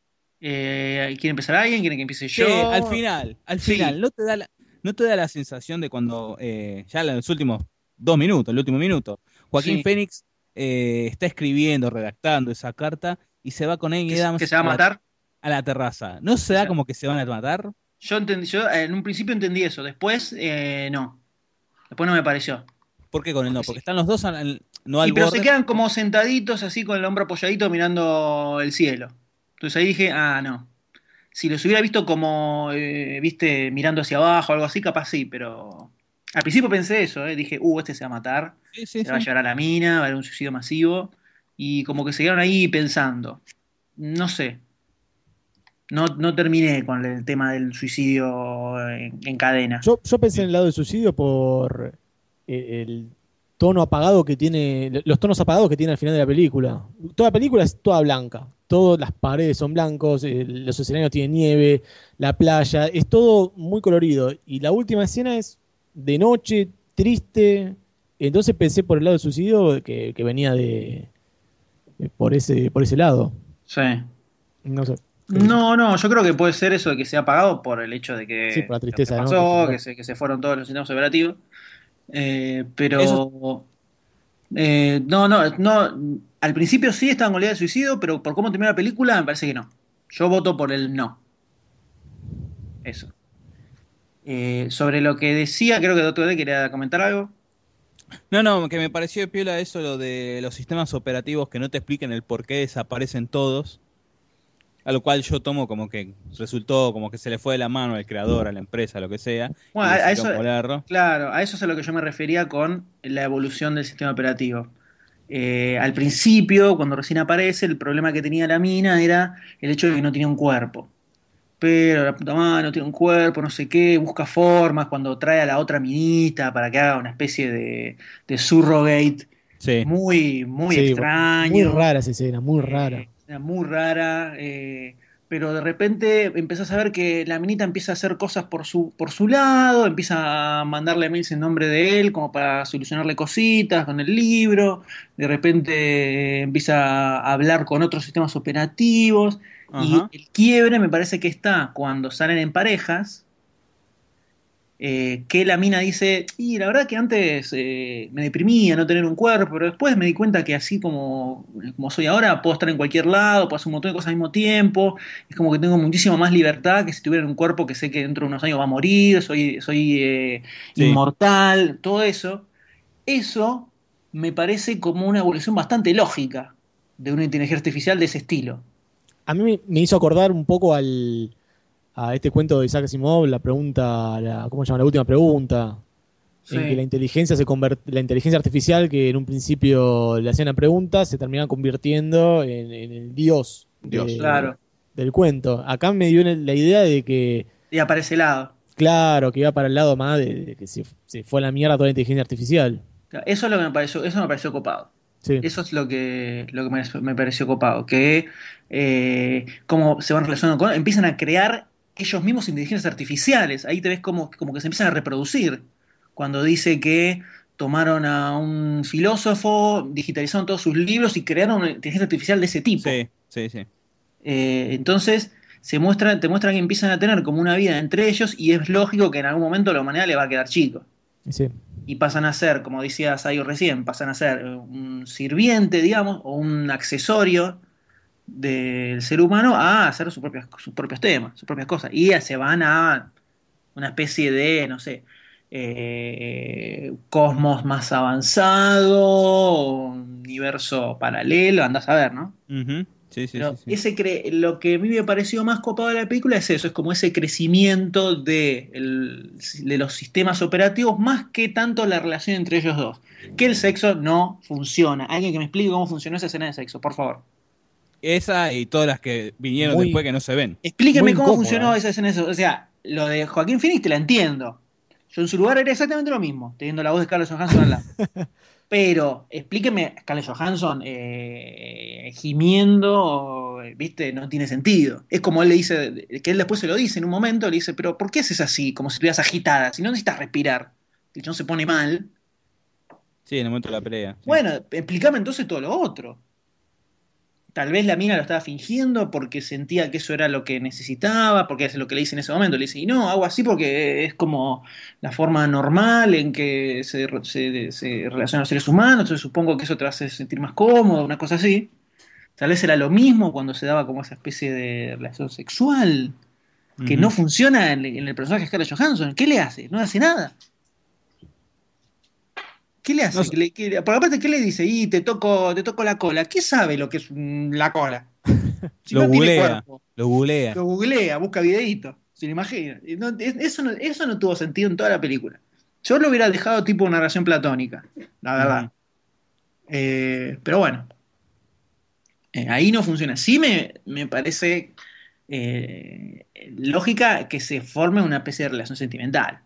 Eh, ¿Quiere empezar alguien? ¿Quiere que empiece Sí, yo? al final, al Sí. final, ¿no te da la, no te da la sensación de cuando, eh, ya en los últimos dos minutos, el último minuto, Joaquín Sí. Phoenix eh, está escribiendo, redactando esa carta y se va con Amy ¿Que, Adams que se va a la- matar? a la terraza? ¿No se O da sea, como que se van a matar? Yo entendí, yo eh, en un principio entendí eso, después eh, no. Después no me pareció. ¿Por qué con él no? Sí. Porque están los dos al- al- no al Y pero borde. se quedan como sentaditos así con el hombro apoyadito mirando el cielo. Entonces ahí dije, ah, no. Si los hubiera visto como, eh, viste, mirando hacia abajo o algo así, capaz sí, pero... Al principio pensé eso, eh, dije, uh, este se va a matar, Sí, sí, se va a sí. llevar a la mina, va a haber un suicidio masivo. Y como que se quedaron ahí pensando. No sé. No, no terminé con el tema del suicidio en, en cadena. Yo, yo pensé en el lado del suicidio por eh, el tono apagado que tiene, los tonos apagados que tiene al final de la película. Toda la película es toda blanca, todas las paredes son blancos, eh, los escenarios tienen nieve, la playa, es todo muy colorido. Y la última escena es de noche, triste. Entonces pensé por el lado del suicidio que, que venía de por ese, por ese lado. Sí. No sé. No, no, yo creo que puede ser eso de que se ha apagado por el hecho de que, Sí, por la tristeza, que ¿no? pasó, Que que, se, que se fueron todos los sistemas operativos. Eh, pero Eso- eh, no, no, no. Al principio sí estaban con la idea de suicidio, pero por cómo terminó la película, me parece que no. Yo voto por el no. Eso. Eh, sobre lo que decía, creo que Doctor D quería comentar algo. No, no, que me pareció de piola eso, lo de los sistemas operativos que no te expliquen el por qué desaparecen todos. A lo cual yo tomo como que resultó como que se le fue de la mano al creador, a la empresa, lo que sea. Bueno, y a, a decidieron eso, ponerlo. claro, a eso es a lo que yo me refería con la evolución del sistema operativo. Eh, al principio, cuando recién aparece, el problema que tenía la mina era el hecho de que no tenía un cuerpo. Pero la puta madre no tiene un cuerpo, no sé qué, busca formas cuando trae a la otra minita para que haga una especie de, de surrogate Sí. muy, muy Sí, extraño. muy rara esa escena, muy Eh, rara. era muy rara, eh, pero de repente empezás a ver que la minita empieza a hacer cosas por su, por su lado, empieza a mandarle mails en nombre de él como para solucionarle cositas con el libro, de repente eh, empieza a hablar con otros sistemas operativos, Ajá. y el quiebre me parece que está cuando salen en parejas eh, que la mina dice, y la verdad que antes eh, me deprimía no tener un cuerpo, pero después me di cuenta que así como, como soy ahora, puedo estar en cualquier lado, puedo hacer un montón de cosas al mismo tiempo, es como que tengo muchísima más libertad que si tuviera un cuerpo que sé que dentro de unos años va a morir, soy, soy eh, Sí. inmortal, todo eso. Eso me parece como una evolución bastante lógica de una inteligencia artificial de ese estilo. A mí me- me hizo acordar un poco al, a este cuento de Isaac Asimov, la pregunta, la, ¿cómo se llama? La última pregunta, en que la Sí, inteligencia se convert- la inteligencia artificial que en un principio le hacían una pregunta se termina convirtiendo en, en el dios Dios. de- claro. del cuento. Acá me dio la idea de que, Y aparece el lado. claro, que iba para el lado más de, de que se, se fue a la mierda toda la inteligencia artificial. Claro, eso es lo que me pareció, eso me pareció copado. Sí, Eso es lo que, lo que me, me pareció copado. Que eh, cómo se van relacionando con. Empiezan a crear ellos mismos inteligencias artificiales. Ahí te ves como, como que se empiezan a reproducir. Cuando dice que tomaron a un filósofo, digitalizaron todos sus libros y crearon una inteligencia artificial de ese tipo. Sí, sí, sí. Eh, entonces, se muestra, te muestran que empiezan a tener como una vida entre ellos y es lógico que en algún momento la humanidad le va a quedar chico. sí. Y pasan a ser, como decía Sayo recién, pasan a ser eh, un sirviente, digamos, o un accesorio del ser humano a hacer sus propios, sus propios temas, sus propias cosas. Y se van a una especie de, no sé, eh, cosmos más avanzado, universo paralelo, andás a ver, ¿no? Ujú. Sí, sí, sí, Pero sí. ese cre- lo que a mí me pareció más copado de la película es eso, es como ese crecimiento de, el- de los sistemas operativos más que tanto la relación entre ellos dos. Que el sexo no funciona. Alguien que me explique cómo funcionó esa escena de sexo, por favor. Esa y todas las que vinieron Muy, después que no se ven. muy Explíqueme cómo incómoda, funcionó ¿eh? esa escena de sexo. O sea, lo de Joaquín Phoenix te la entiendo. Yo en su lugar haría exactamente lo mismo, teniendo la voz de Scarlett Johansson al lado. Pero explíqueme, Scarlett Johansson eh, gimiendo, ¿viste? No tiene sentido. Es como él le dice, que él después se lo dice en un momento, le dice, pero ¿por qué haces así? Como si estuvieras agitada, si no necesitas respirar. El chabón se pone mal. Sí, en el momento de la pelea. Sí. Bueno, explícame entonces todo lo otro. Tal vez la mina lo estaba fingiendo porque sentía que eso era lo que necesitaba, porque es lo que le dice en ese momento. Le dice, y no, hago así porque es como la forma normal en que se, se, se relacionan los seres humanos, entonces supongo que eso te va a hacer sentir más cómodo, una cosa así. Tal vez era lo mismo cuando se daba como esa especie de relación sexual, que no Ujú. funciona en, en el personaje de Scarlett Johansson. ¿Qué le hace? No hace nada. ¿Qué le No hace? sé, ¿Qué le, qué- por aparte, ¿qué le dice? Y te toco, te toco la cola. ¿Qué sabe lo que es mm, la cola? Si lo no tiene googlea, cuerpo. lo googlea. Lo googlea, busca videíto, se lo imagina. Y no- es- eso, no, eso no tuvo sentido en toda la película. Yo lo hubiera dejado tipo una relación platónica, la Ujú. verdad. Eh, pero bueno, eh, ahí no funciona. Sí me, me parece eh, lógica que se forme una especie de relación sentimental.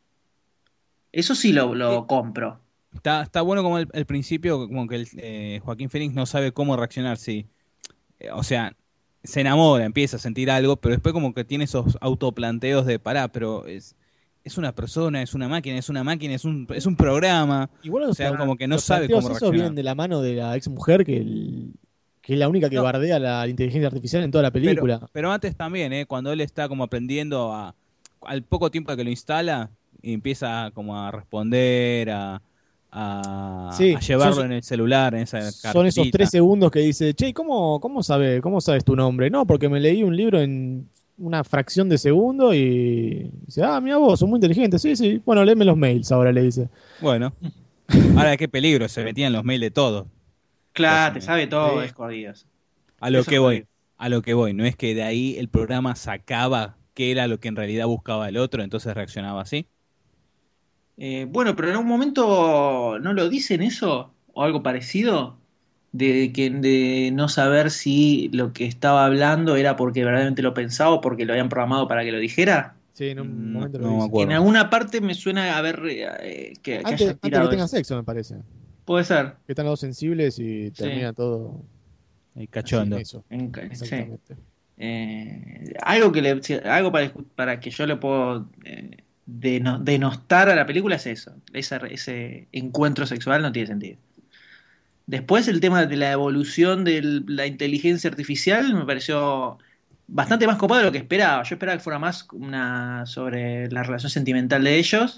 Eso sí lo, Sí. lo compro. Está, está bueno como el, el principio, como que el, eh, Joaquín Phoenix no sabe cómo reaccionar, sí. Eh, o sea, se enamora, empieza a sentir algo, pero después como que tiene esos autoplanteos de pará, pero es, es una persona, es una máquina, es una máquina, es un, es un programa. Igual O los, sea, plan- como que no los sabe planteos cómo esos vienen reaccionar. de la mano de la ex mujer que, el- que es la única que No, bardea la inteligencia artificial en toda la pero, película. pero antes también, ¿eh? Cuando él está como aprendiendo a, al poco tiempo de que lo instala, y empieza como a responder, a, a, a Sí, son, llevarlo en el celular, en esa son esos tres carterita. segundos que dice, che, ¿cómo, cómo sabe, cómo sabes tu nombre? No, porque me leí un libro en una fracción de segundo y dice, ah, mira vos, sos muy inteligente. Sí, sí, bueno, léeme los mails ahora, le dice. Bueno, ahora qué peligro, se metían los mails de todos. Los, Claro, te eh, sabe todo, Sí. es jodido. a lo Eso que es voy, jodido. a lo que voy. No es que de ahí el programa sacaba qué era lo que en realidad buscaba el otro, entonces reaccionaba así. Eh, bueno, pero en algún momento no lo dicen eso o algo parecido de que de no saber si lo que estaba hablando era porque verdaderamente lo pensaba o porque lo habían programado para que lo dijera. Sí, en un No, momento lo no me dice. Que en acuerdo. alguna parte me suena a ver eh, que, que Antes, hayan antes que tirado tengan eso. sexo, me parece. Puede ser, Que están los dos sensibles y sí, termina todo El en cachondo. eso. en ca- sí. Exactamente. Eh, algo que le, si- algo para, para que yo le puedo eh, deno- denostar a la película es eso. Esa- ese encuentro sexual no tiene sentido. Después el tema de la evolución de la inteligencia artificial me pareció bastante más copado de lo que esperaba. Yo esperaba que fuera más una sobre la relación sentimental de ellos.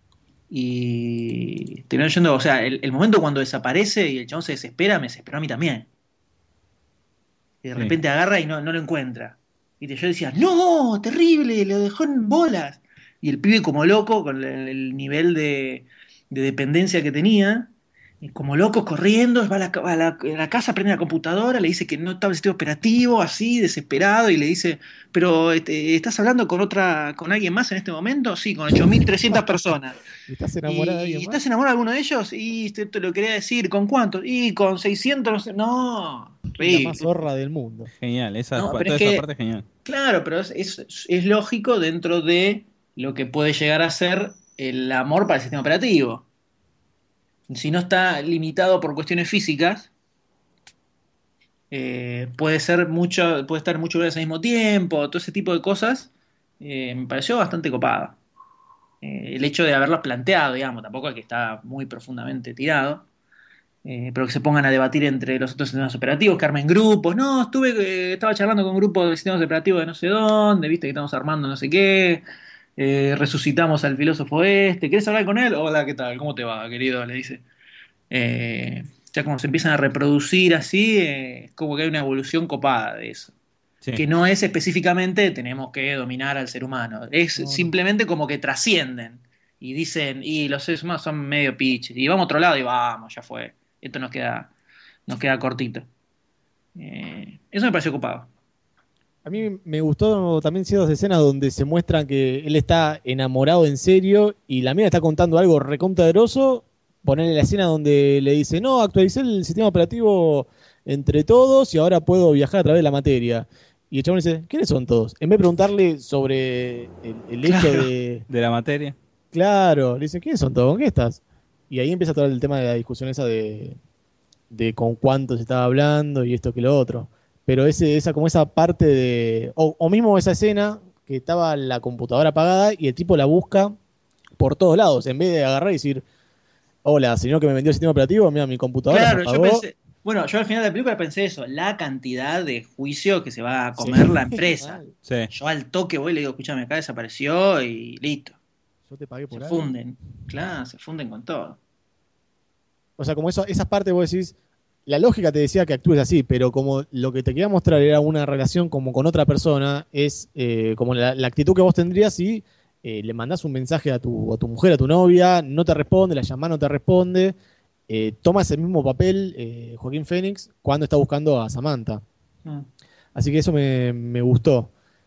Y terminó yendo, o sea, el, el momento cuando desaparece y el chabón se desespera, me desesperó a mí también. Y de Sí. repente agarra y no, no lo encuentra. Y yo decía, no, terrible, lo dejó en bolas. Y el pibe como loco, con el, el nivel de, de dependencia que tenía, y como loco corriendo, va a la, a la- a la casa, prende la computadora, le dice que no estaba el sistema operativo, así, desesperado, y le dice, pero este, ¿estás hablando con otra, con alguien más en este momento? Sí, con ocho mil trescientas personas. ¿Estás enamorada de ¿Y alguien más? estás enamorado de alguno de ellos? Y te, te lo quería decir, ¿con cuántos? Y con seiscientos, no sé. No, La más horrible. zorra del mundo. Genial, esa, No, pa- pero toda es esa que, parte es genial. claro, pero es, es, es lógico dentro de lo que puede llegar a ser el amor para el sistema operativo. Si no está limitado por cuestiones físicas, eh, puede ser mucho, puede estar muchos lugares al mismo tiempo, todo ese tipo de cosas, eh, me pareció bastante copado. Eh, el hecho de haberlos planteado, digamos, tampoco es que está muy profundamente tirado, eh, pero que se pongan a debatir entre los otros sistemas operativos, que armen grupos. No, estuve, eh, estaba charlando con un grupo de sistemas operativos de no sé dónde, viste que estamos armando no sé qué. Eh, resucitamos al filósofo este. ¿Querés hablar con él? Hola, ¿qué tal? ¿Cómo te va, querido? Le dice. Eh, ya como se empiezan a reproducir así, eh, como que hay una evolución copada de eso. Sí. Que no es específicamente tenemos que dominar al ser humano, es No, no. simplemente como que trascienden y dicen, y los seres humanos son medio piches, y vamos a otro lado y vamos, ya fue, esto nos queda, nos queda cortito. Eh, eso me pareció ocupado. A mí me gustó también ciertas escenas donde se muestran que él está enamorado en serio y la mina está contando algo recontraderoso. Ponerle la escena donde le dice, no, actualicé el sistema operativo entre todos y ahora puedo viajar a través de la materia. Y el chabón dice, ¿quiénes son todos? En vez de preguntarle sobre el, el hecho Claro. de, De la materia. claro, le dice, ¿quiénes son todos? ¿Con qué estás? Y ahí empieza todo el tema de la discusión esa de, de con cuánto se estaba hablando y esto que lo otro. Pero ese, esa, como esa parte de. O, o mismo esa escena que estaba la computadora apagada y el tipo la busca por todos lados. En vez de agarrar y decir, hola, señor que me vendió el sistema operativo, mira, mi computadora se Claro, yo apagó. pensé, bueno, yo al final de la película pensé eso, la cantidad de juicio que se va a Sí. comer la empresa. Mal. Sí. Yo al toque voy y le digo, escúchame, acá desapareció y listo. Yo te pagué Se por algo. funden, claro, se funden con todo. O sea, como eso, esas partes vos decís, la lógica te decía que actúes así, pero como lo que te quería mostrar era una relación como con otra persona, es eh, como la, la actitud que vos tendrías si eh, le mandás un mensaje a tu, a tu mujer, a tu novia, no te responde, la llamás, no te responde, eh, toma ese mismo papel eh, Joaquín Phoenix cuando está buscando a Samantha. Mm. Así que eso me, me gustó.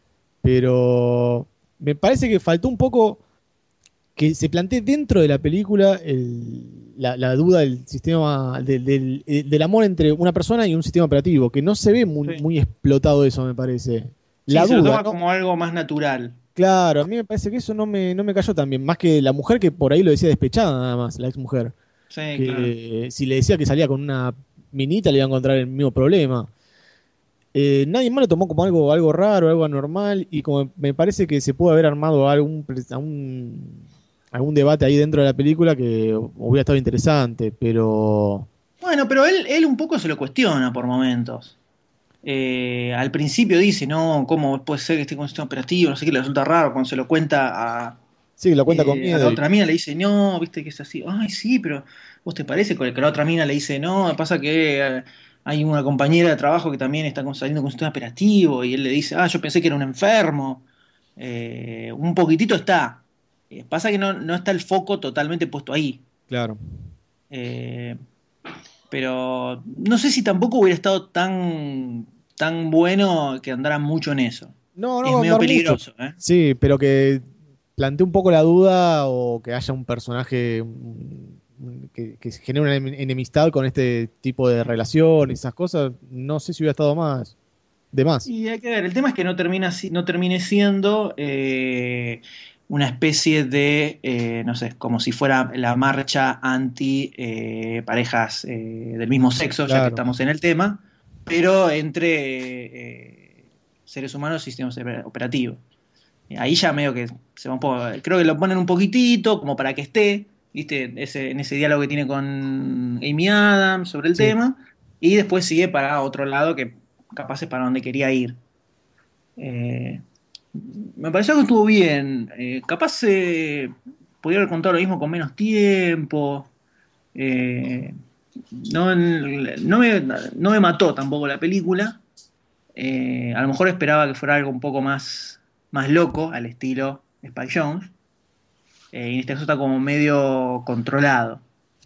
Pero me parece que faltó un poco que se plantee dentro de la película el- la, la duda del sistema del, del- eh, del amor entre una persona y un sistema operativo, que no se ve muy, Sí. muy explotado eso, me parece. La Sí, se lo duda, toma ¿no? como algo más natural. Claro, a mí me parece que eso no me, no me cayó tan bien. Más que la mujer que por ahí lo decía despechada nada más, la ex mujer. Sí, claro. Que si le decía que salía con una minita le iba a encontrar el mismo problema. Eh, nadie más lo tomó como algo, algo raro, algo anormal, y como me parece que se pudo haber armado algún, pre- algún, algún debate ahí dentro de la película que hubiera estado interesante, pero Bueno, pero él, él un poco se lo cuestiona por momentos. Eh, al principio dice, no, ¿cómo puede ser que esté con un sistema operativo? No sé qué, le resulta raro cuando se lo cuenta a, sí, lo cuenta con eh, a la miedo. Y, otra mina, le dice, no, viste que es así. Ay, sí, pero ¿vos te parece? Con el que la otra mina le dice, no, pasa que eh, hay una compañera de trabajo que también está con- saliendo con un sistema operativo. Y él le dice, ah, yo pensé que era un enfermo. Eh, un poquitito está. Eh, pasa que no, no está el foco totalmente puesto ahí. claro. Eh, pero no sé si tampoco hubiera estado tan, tan bueno que andara mucho en eso. No, no Es va a medio andar mucho. peligroso, ¿eh? Sí, pero que plantee un poco la duda o que haya un personaje mm, que, que genere una enem- enemistad con este tipo de relación y esas cosas, no sé si hubiera estado más de más. Y hay que ver, el tema es que no termina si- no termine siendo eh, una especie de, eh, no sé, como si fuera la marcha anti eh, parejas eh, del mismo sexo, ya que Claro. estamos en el tema, pero entre eh, seres humanos y sistemas oper- operativos. Ahí ya medio que se va un poco, creo que lo ponen un poquitito como para que esté, ¿viste? Ese, en ese diálogo que tiene con Amy Adams sobre el Sí. tema, y después sigue para otro lado que capaz es para donde quería ir. Eh, me pareció que estuvo bien. Eh, capaz eh, podría haber contado lo mismo con menos tiempo. Eh, no, no, me, no me mató tampoco la película. Eh, a lo mejor esperaba que fuera algo un poco más, más loco, al estilo Spike Jones. Eh, y en este caso está como medio controlado.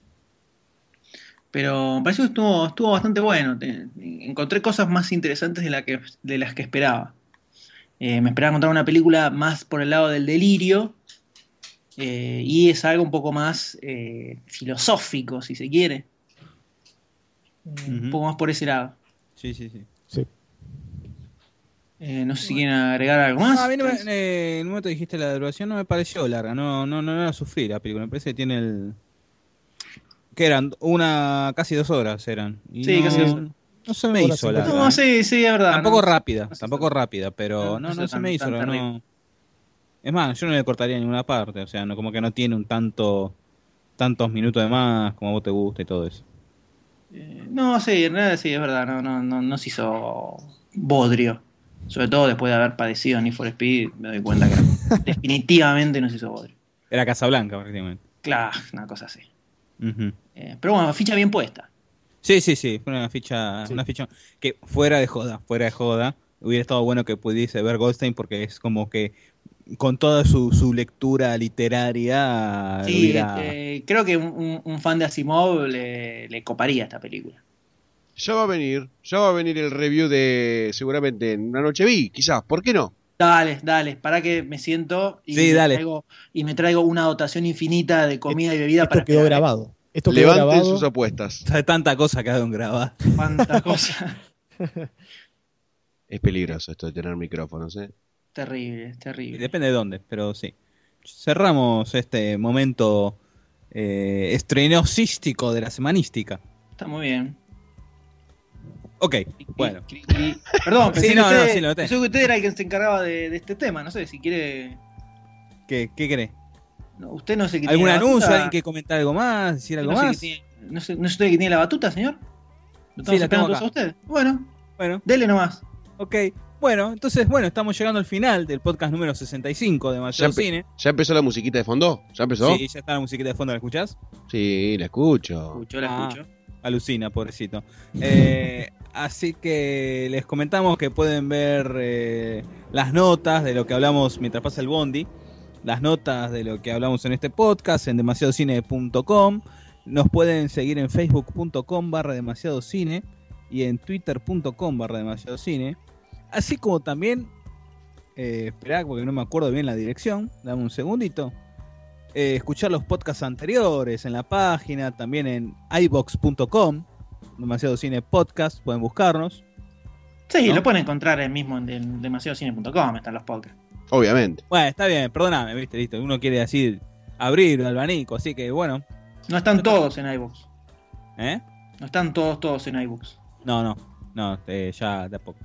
Pero me pareció que estuvo, estuvo bastante bueno. Te- encontré cosas más interesantes de, la que, de las que esperaba. Eh, me esperaba encontrar una película más por el lado del delirio. Eh, y es algo un poco más eh, filosófico, si se quiere. Eh, Un Ujú. poco más por ese lado. Sí, sí, sí. Sí. Eh, no sé si quieren agregar algo No, más. a mí no me, eh, en un momento dijiste la duración, no me pareció larga, no, no, no la sufrí la película, me parece que tiene el... que eran? Una, casi dos horas eran. Y Sí, casi dos no, horas. no se me Dos horas hizo cincuenta. larga. No, ¿eh? sí, sí, es verdad. Tampoco no, rápida, no se tampoco hizo- rápida, pero no- no, no no, se se tan- me hizo tan larga, terrible. no. Es más, yo no le cortaría en ninguna parte, o sea, no, como que no tiene un tanto, tantos minutos de más como a vos te gusta y todo eso. Eh, no, sí, en realidad sí, es verdad. No, no, no, no se hizo bodrio. Sobre todo después de haber padecido Need for Speed, me doy cuenta que definitivamente no se hizo bodrio. Era Casablanca prácticamente. Claro, una cosa así. Ujú. Eh, pero bueno, ficha bien puesta. Sí, sí, sí, fue una ficha, Sí. una ficha que fuera de joda, fuera de joda, hubiera estado bueno que pudiese ver Goldstein porque es como que con toda su, su lectura literaria Sí, hubiera... eh, creo que un, un- un fan de Asimov le, le coparía esta película. Ya va a venir, ya va a venir el review de seguramente en una noche vi, quizás, ¿por qué no? Dale, dale, para que me siento y, Sí, me dale. traigo, y me traigo una dotación infinita de comida y bebida Esto para quedó esperar, ¿eh? grabado. Esto quedó Levanten grabado. sus apuestas. Sabe tanta cosa que hagan grabar. Cuánta cosa. Es peligroso esto de tener micrófonos, ¿eh? Terrible, terrible. Depende de dónde, pero sí. Cerramos este momento eh, estrenosístico de la semanística. Está muy bien. Ok, bueno. Cri, cri, cri. Perdón, pensé, Sí, que no, usted, no, sí, lo noté. pensé que usted era el que se encargaba de, de este tema. No sé si quiere. ¿Qué, qué querés? No, usted no sé qué ¿Algún tiene la anuncio? batuta. ¿Alguien que comentar algo más? ¿Decir Usted algo no sé más? qué tiene- no sé, ¿no es usted el que tiene la batuta, señor? ¿Lo estamos la esperando tengo todos a usted? Bueno, Bueno, dele nomás. ok. Bueno, entonces, bueno, estamos llegando al final del podcast número sesenta y cinco de Demasiado Ya empe- Cine. ¿Ya empezó la musiquita de fondo? ¿Ya empezó? Sí, ya está la musiquita de fondo, ¿la escuchás? Sí, la escucho. Escucho, la Ah. escucho. Alucina, pobrecito. Eh, así que les comentamos que pueden ver eh, las notas de lo que hablamos mientras pasa el bondi, las notas de lo que hablamos en este podcast en demasiadocine punto com. Nos pueden seguir en facebook punto com barra demasiadocine y en twitter punto com barra demasiadocine. Así como también, eh, esperá porque no me acuerdo bien la dirección, dame un segundito. Eh, escuchar los podcasts anteriores en la página, también en i vox punto com, Demasiado Cine Podcast, pueden buscarnos. Sí, ¿No? lo pueden encontrar ahí mismo en, en demasiadocine punto com, están los podcasts. Obviamente. Bueno, está bien, perdóname, viste, listo. Uno quiere decir abrir el abanico, así que bueno, No están todos en iVoox. ¿eh? No están todos, todos en iVoox. No, no, no, eh, ya de a poco.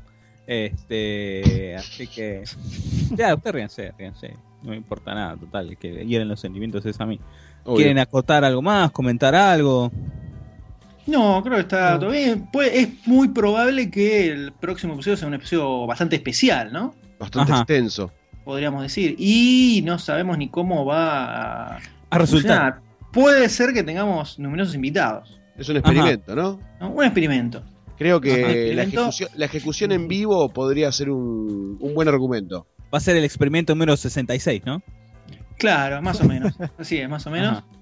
Este, así que, ya, usted ríanse, ríanse. No me importa nada, total, el que hieren los sentimientos es a mí. Obvio. ¿Quieren acotar algo más, comentar algo? No, creo que está No. todo bien. Pues es muy probable que el próximo episodio sea un episodio bastante especial, ¿no? Bastante Ajá. extenso. Podríamos decir. Y no sabemos ni cómo va a, A resultar. funcionar. Puede ser que tengamos numerosos invitados, Es un experimento, ¿no? ¿no? Un experimento. Creo que Ajá. la Experimento. ejecución, la ejecución en vivo podría ser un, un buen argumento. Va a ser el experimento número sesenta y seis, ¿no? Claro, más o menos. Así es, más o menos. Ajá.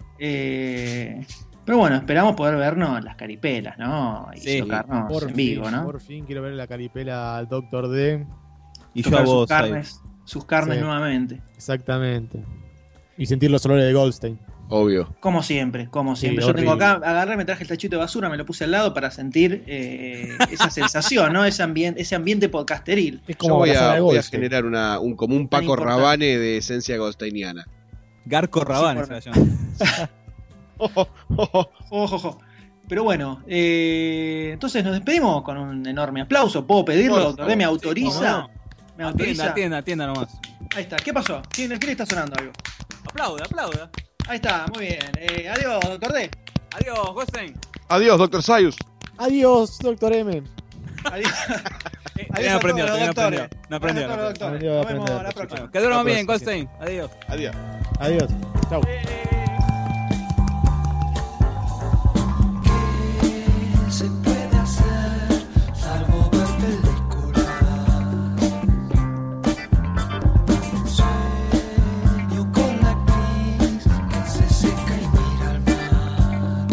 Eh, pero bueno, esperamos poder vernos las caripelas, ¿no? Y Sí. tocarnos Por en fin, vivo, ¿no? por fin quiero ver la caripela al Doctor D. Y yo a Tocar sus vos, ahí. carnes, sus carnes Sí. nuevamente. Exactamente. Y sentir los olores de Goldstein. Obvio. Como siempre, como Sí, siempre. Yo tengo horrible. acá, agarré, me traje el tachito de basura, me lo puse al lado para sentir eh, esa sensación, ¿no? Ese ambiente, ese ambiente podcasteril. Es Yo como voy abrazar a, a voy a Goldstein. generar una, un, como un Paco importante. Rabanne de esencia goldsteiniana. Garco Rabanne Sí, se va a llamar. Ojo, ojo. Pero bueno, eh, entonces nos despedimos con un enorme aplauso. ¿Puedo pedirlo, Por doctor D? ¿Me favor. autoriza? Sí, cómo ¿Me Atienda, autoriza? atienda, atienda nomás. Ahí está. ¿Qué pasó? ¿Quién, quién le está sonando algo? Aplauda, aplauda. Ahí está, muy bien. Eh, adiós, doctor D. Adiós, Goldstein. Adiós, doctor Sayus. Adiós, Doctor M. Adiós. Adiós Todavía a no aprendió, todos los todavía no aprendió. doctores. No aprendió, Adiós a no todos los aprendió. doctores. Nos Aprendió, vemos la aprendió. próxima. Bueno, que duerman La bien, próxima. Goldstein. Adiós. Adiós. Adiós. Chau. ¿Qué se puede hacer salvo ver películas? Sueño con la actriz que se seca y mira al mar.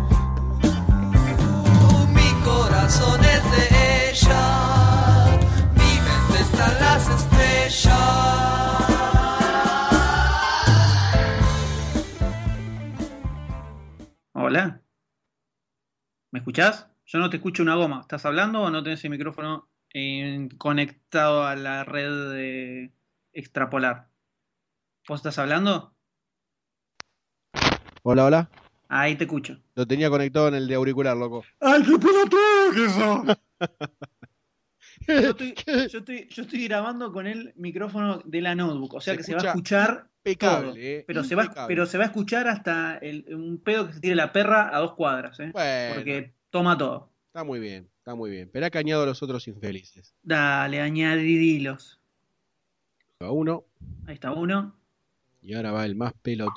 Uh, mi corazón es de ella, mi mente está en las estrellas. Hola. ¿Me escuchás? Yo no te escucho una goma. ¿Estás hablando o no tenés el micrófono eh, conectado a la red de extrapolar? ¿Vos estás hablando? Hola, hola. Ahí te escucho. Lo tenía conectado en el de auricular, loco. ¡Ay, qué pelotudo que sos! Yo estoy, yo, estoy, yo estoy grabando con el micrófono de la notebook, o sea Se que se va a escucha escuchar impecable, todo. eh, Pero, se va, impecable. pero se va a escuchar hasta el, un pedo que se tire la perra a dos cuadras, ¿eh? Bueno, Porque toma todo. está muy bien, está muy bien. Esperá que añado a los otros infelices. Dale, añadidilos. A uno, Ahí está uno. y ahora va el más pelotudo.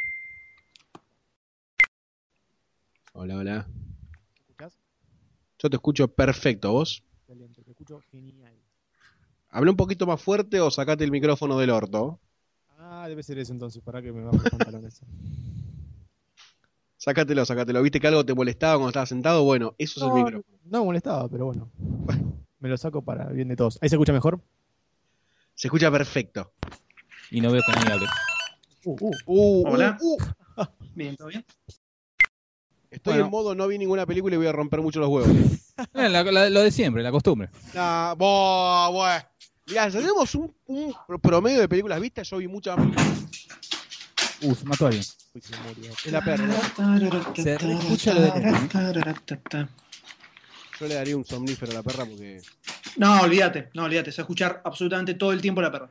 Hola, hola. ¿Me escuchás? Yo te escucho perfecto, ¿vos? Excelente, te escucho genial. Habla un poquito más fuerte o sacate el micrófono del orto. Ah, debe ser eso entonces, para que me baje los pantalones. Sácatelo, sácatelo. ¿Viste que algo te molestaba cuando estabas sentado? Bueno, eso es el No, micrófono. no me molestaba, pero bueno. Me lo saco para bien de todos. ¿Ahí se escucha mejor? Se escucha perfecto. Y no veo que nadie hable. Uh, uh. Uh, Hola. uh, uh. Bien, ¿todo bien? Estoy Bueno. en modo no vi ninguna película y voy a romper mucho los huevos. Eh, la- la- lo de siempre, la costumbre. Nah, boh, buah. Mirá, si hacemos un, un promedio de películas vistas, yo vi muchas más películas. Uh, se mató a alguien. Uy, se murió. Es la perra. Se escucha lo de Yo le daría un somnífero a la perra porque... No, olvídate, no, olvídate. Se va a escuchar absolutamente todo el tiempo la perra.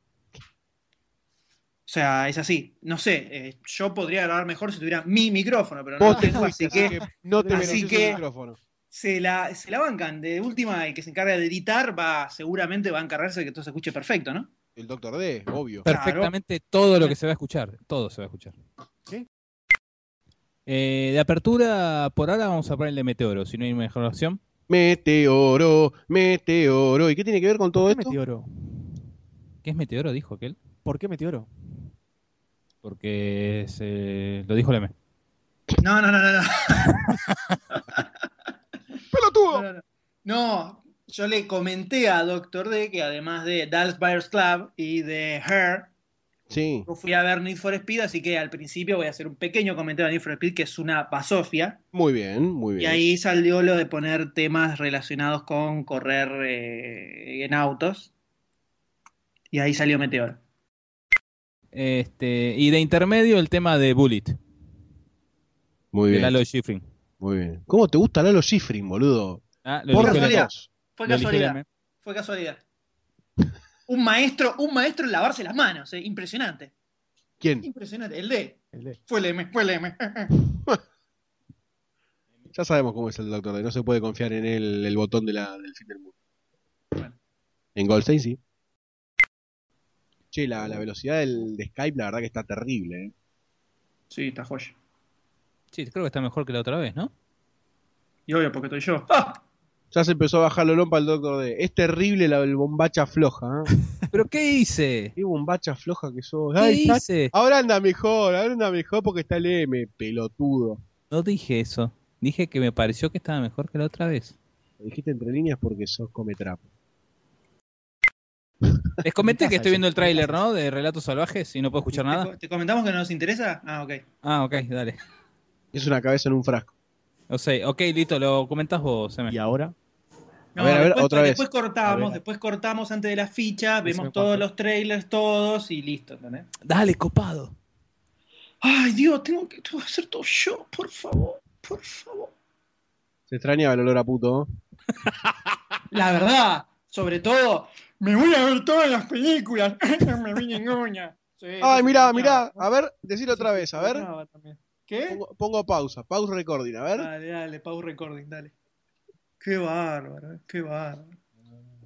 O sea, es así. No sé, eh, yo podría grabar mejor si tuviera mi micrófono, pero no Vos lo te tengo, fuiste, así que no te así mereces que- un micrófono. se la, se la bancan. De última, el que se encarga de editar va, seguramente va a encargarse de que todo se escuche perfecto, ¿no? El Doctor D, obvio. Perfectamente todo lo que se va a escuchar. Todo se va a escuchar. ¿Qué? Eh, de apertura, por ahora vamos a poner el de Meteoro, si no hay mejor opción. Meteoro, meteoro. ¿Y qué tiene que ver con todo ¿Por qué esto? meteoro? ¿Qué es Meteoro? Dijo aquel. ¿Por qué meteoro? Porque se... lo dijo el M. No, no, no, no, no. ¡Pelotudo! No, no, no. No, yo le comenté a Doctor D que además de Dallas Buyers Club y de Her, Sí, yo fui a ver Need for Speed, así que al principio voy a hacer un pequeño comentario de Need for Speed, que es una basofia. muy bien, muy Y bien. ahí salió lo de poner temas relacionados con correr eh, en autos. Y ahí salió Meteor. Este, y de intermedio el tema de Bullet, Muy de bien, Lalo Schifrin. muy bien. ¿Cómo te gusta Lalo Schifrin, boludo? Ah, lo Por eligió el M. casualidad. Fue Lo eligió el casualidad. M. Fue casualidad. Un maestro, un maestro en lavarse las manos, eh, impresionante. ¿Quién? Impresionante. El D. El de. Fue el M, fue el M. Ya sabemos cómo es el Doctor D. No se puede confiar en él, el botón de la, del fin del mundo. Bueno. En Goldstein sí. Che, la, la velocidad del, de Skype la verdad que está terrible, ¿eh? Sí, está joya. Sí, creo que está mejor que la otra vez, ¿no? Y obvio, porque estoy yo. ¡Ah! Ya se empezó a bajar lo lompa el Doctor D. Es terrible la el bombacha floja, ¿eh? ¿Pero qué hice? Qué bombacha floja que sos. ¿Qué Ay, está- hice? Ahora anda mejor, ahora anda mejor porque está el M, pelotudo. No dije eso. Dije que me pareció que estaba mejor que la otra vez. Lo dijiste entre líneas porque sos come trapo. Les comenté Me que pasa estoy viendo eso, el tráiler, me pasa ¿no? De Relatos Salvajes y no puedo escuchar ¿Te, nada. co- ¿Te comentamos que no nos interesa? Ah, ok. Ah, ok, dale. Es una cabeza en un frasco. O sea, ok, listo, lo comentás vos, Semen. ¿Y ahora? No, A ver, a ver, después, otra vez. después A cortamos, ver. después cortamos antes de la ficha, Decime vemos todos cuánto. los trailers, todos, y listo, ¿entendés? Dale, copado. Ay, Dios, tengo que, tengo que hacer todo yo, por favor, por favor. Se extrañaba el olor a puto, ¿no? La verdad, sobre todo, me voy a ver todas las películas. No me vi ninguna. Sí, Ay, eso mirá, se mirá. extrañaba, A ver, decilo otra ¿no? vez, Se a ver. extrañaba también. ¿Qué? Pongo, pongo pausa, pause recording, a ver. Dale, dale, pause recording, dale. Qué bárbaro, eh, qué bárbaro.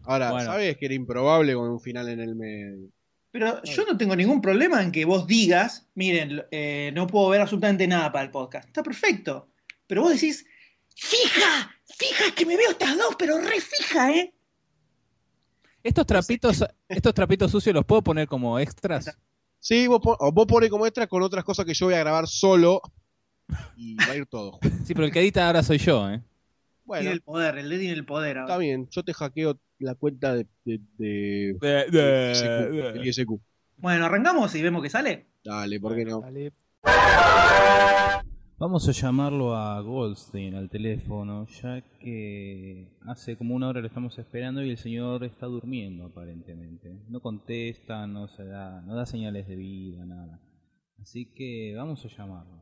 Ahora, Bueno. sabes que era improbable con un final en el medio. Pero yo no tengo ningún problema en que vos digas, miren, eh, no puedo ver absolutamente nada para el podcast. Está perfecto. Pero vos decís, fija, fija que me veo estas dos, pero re fija, ¿eh? Estos trapitos, estos trapitos sucios los puedo poner como extras. Sí, vos, pon- o vos ponés como extra con otras cosas que yo voy a grabar solo y va a ir todo. Sí, pero el que edita ahora soy yo, ¿eh? Bueno, Tiene el poder, el D tiene el poder está ahora. bien. Yo te hackeo la cuenta de, de, de- De- del de- I S Q, de- del I S Q. Bueno, arrancamos y vemos qué sale. Dale, ¿por qué no? Dale. Vamos a llamarlo a Goldstein al teléfono, ya que hace como una hora lo estamos esperando y el señor está durmiendo aparentemente. No contesta, no se da, no da señales de vida, nada. Así que vamos a llamarlo.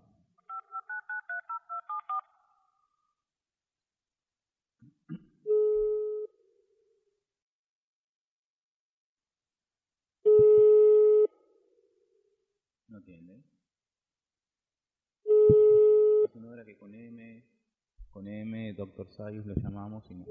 No atiende. Hace una hora que con M, con M, Doctor Sayus lo llamamos y no.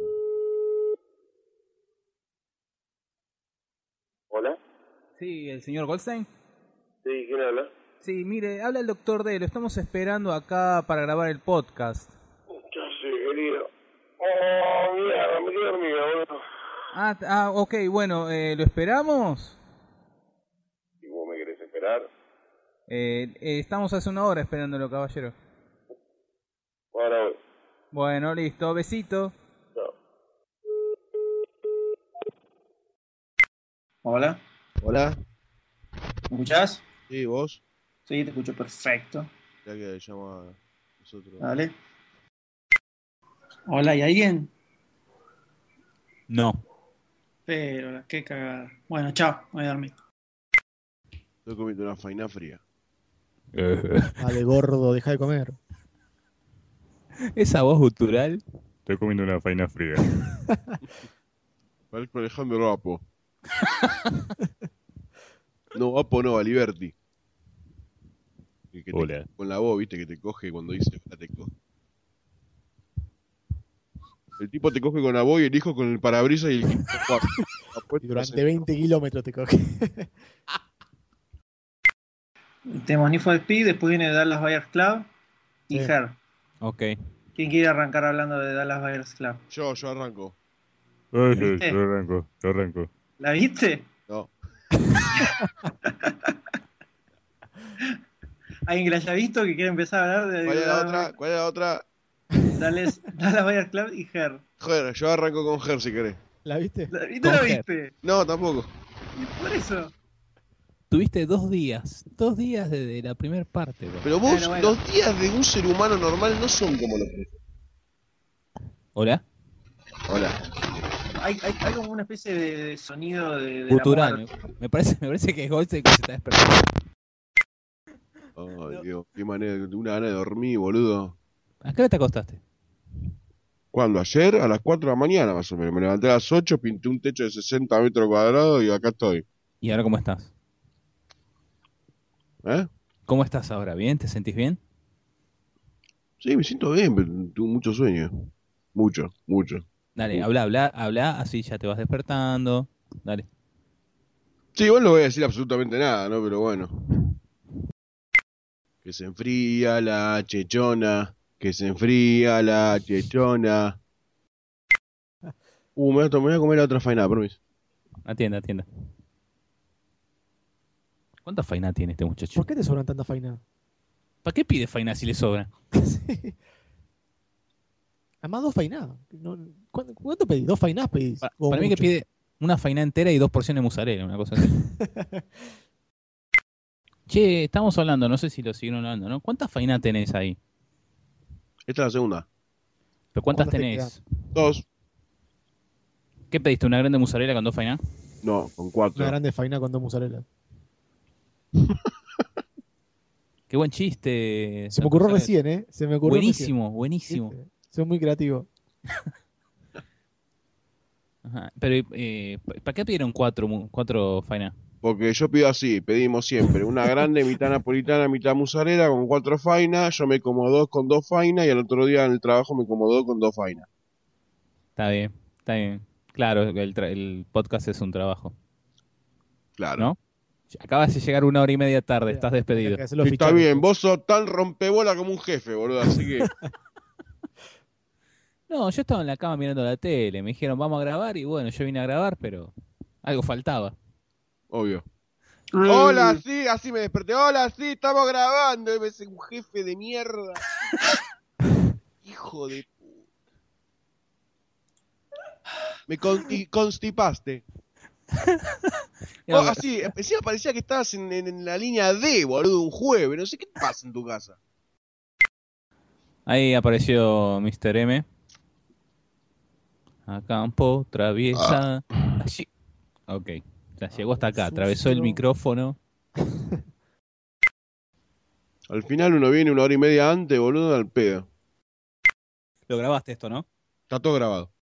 Hola. Sí, el señor Goldstein. Sí, ¿quién habla? Sí, mire, habla el doctor D, lo estamos esperando acá para grabar el podcast. Ya sé, querido. Oh, mierda, me quedé dormido, boludo. Ah, t- ah ok, bueno, eh, ¿lo esperamos? ¿Y vos me querés esperar? Eh, eh, estamos hace una hora esperándolo, caballero. Ahora voy. Bueno, listo, besito. Chao. Hola, Hola. ¿me escuchás? Sí, vos. Sí, te escucho perfecto. Ya que llama a nosotros. Dale. Hola, ¿hay alguien? No. Pero, qué cagada. Bueno, chao, voy a dormir. Estoy comiendo una faina fría. Dale, gordo, deja de comer. Esa voz gutural. Estoy comiendo una faina fría. Parezco Alejandro Apo. No, Apo no, Aliberti. El que te- Hola. con la voz, viste, que te coge cuando dice hola, te coge. El tipo te coge con la voz y el hijo con el parabrisas y el equipo cuatro. Y durante veinte kilómetros te coge. Tenemos Need for Speed, después viene Dallas Buyers Club y Sí. Her. Ok. ¿Quién quiere arrancar hablando de Dallas Buyers Club? Yo, yo arranco. ¿Viste? Yo arranco, yo arranco. ¿La viste? No. ¿Alguien que la haya visto que quiere empezar a hablar de ¿Cuál es la Dallas otra? ¿Cuál es la otra? Dallas, Dallas Buyers Club y Her. Joder, yo arranco con Ger si querés. ¿La viste? ¿La, ¿Y tú Con la Her. viste? No, tampoco. Y por eso. Tuviste dos días, dos días desde la primera parte, bro. Pero vos, Bueno, bueno. los días de un ser humano normal no son como los tuyos. ¿Hola? Hola. Hay, hay, hay como una especie de sonido de, de la Gutural. muerte. Me, me parece, me parece que es Goldstein que se está despertando. Ay, Dios, qué manera, una gana de dormir, boludo. ¿A qué hora te acostaste? ¿Cuándo? Ayer a las cuatro de la mañana más o menos. Me levanté a las ocho, pinté un techo de sesenta metros cuadrados y acá estoy. ¿Y ahora cómo estás? ¿Eh? ¿Cómo estás ahora? ¿Bien? ¿Te sentís bien? Sí, me siento bien, pero tuve mucho sueño. Mucho, mucho. Dale, habla, habla, habla, así ya te vas despertando. Dale. Sí, igual no voy a decir absolutamente nada, ¿no? Pero bueno. Que se enfría la chechona. Que se enfría la chechona. Uh, me voy a, to- me voy a comer la otra faena, permiso. Atienda, atienda. ¿Cuánta faina tiene este muchacho? ¿Por qué te sobran tanta faina? ¿Para qué pide faina si le sobra? Sí. Además, dos fainas. No, ¿cuánto, ¿Cuánto pedís? ¿Dos fainas pedís? Para, O para mí que mucho. pide una faina entera y dos porciones de mozzarella, una cosa así. Che, estamos hablando, no sé si lo siguieron hablando, ¿no? ¿Cuántas fainas tenés ahí? Esta es la segunda. ¿Pero cuántas ¿Cuántas te tenés? Dos. ¿Qué pediste? ¿Una grande mozzarella con dos fainas? No, con cuatro. Una grande faina con dos mozzarella. Qué buen chiste. Se me ocurrió Santa recién, ¿eh? Se me ocurrió Buenísimo, buenísimo. recién. ¿Viste? Soy muy creativo. Ajá. Pero, eh, ¿para qué pidieron cuatro, mu- cuatro fainas? Porque yo pido así, pedimos siempre una grande, mitad napolitana, mitad mozzarella con cuatro fainas, yo me como dos con dos fainas y al otro día en el trabajo me como dos con dos fainas. Está bien, está bien. Claro, el, tra- el podcast es un trabajo, Claro. ¿no? Acabas de llegar una hora y media tarde, estás despedido. Hay que hacer los Sí, está fichajes, bien, pues. vos sos tan rompebola como un jefe, boludo, así que... No, yo estaba en la cama mirando la tele, me dijeron vamos a grabar y bueno, yo vine a grabar, pero algo faltaba. Obvio. Mm. Hola, sí, así me desperté. Hola, sí, estamos grabando. Y me dice un jefe de mierda. Hijo de puta. Me con- y constipaste. No, Oh, así, encima parecía que estabas en, en- en la línea D, boludo, un jueves. No sé qué te pasa en tu casa. Ahí apareció míster M. A campo, traviesa. Allí. Ok, ya llegó hasta acá, atravesó el Sucio. micrófono. Al final uno viene una hora y media antes, boludo, al pedo. Lo grabaste esto, ¿no? Está todo grabado.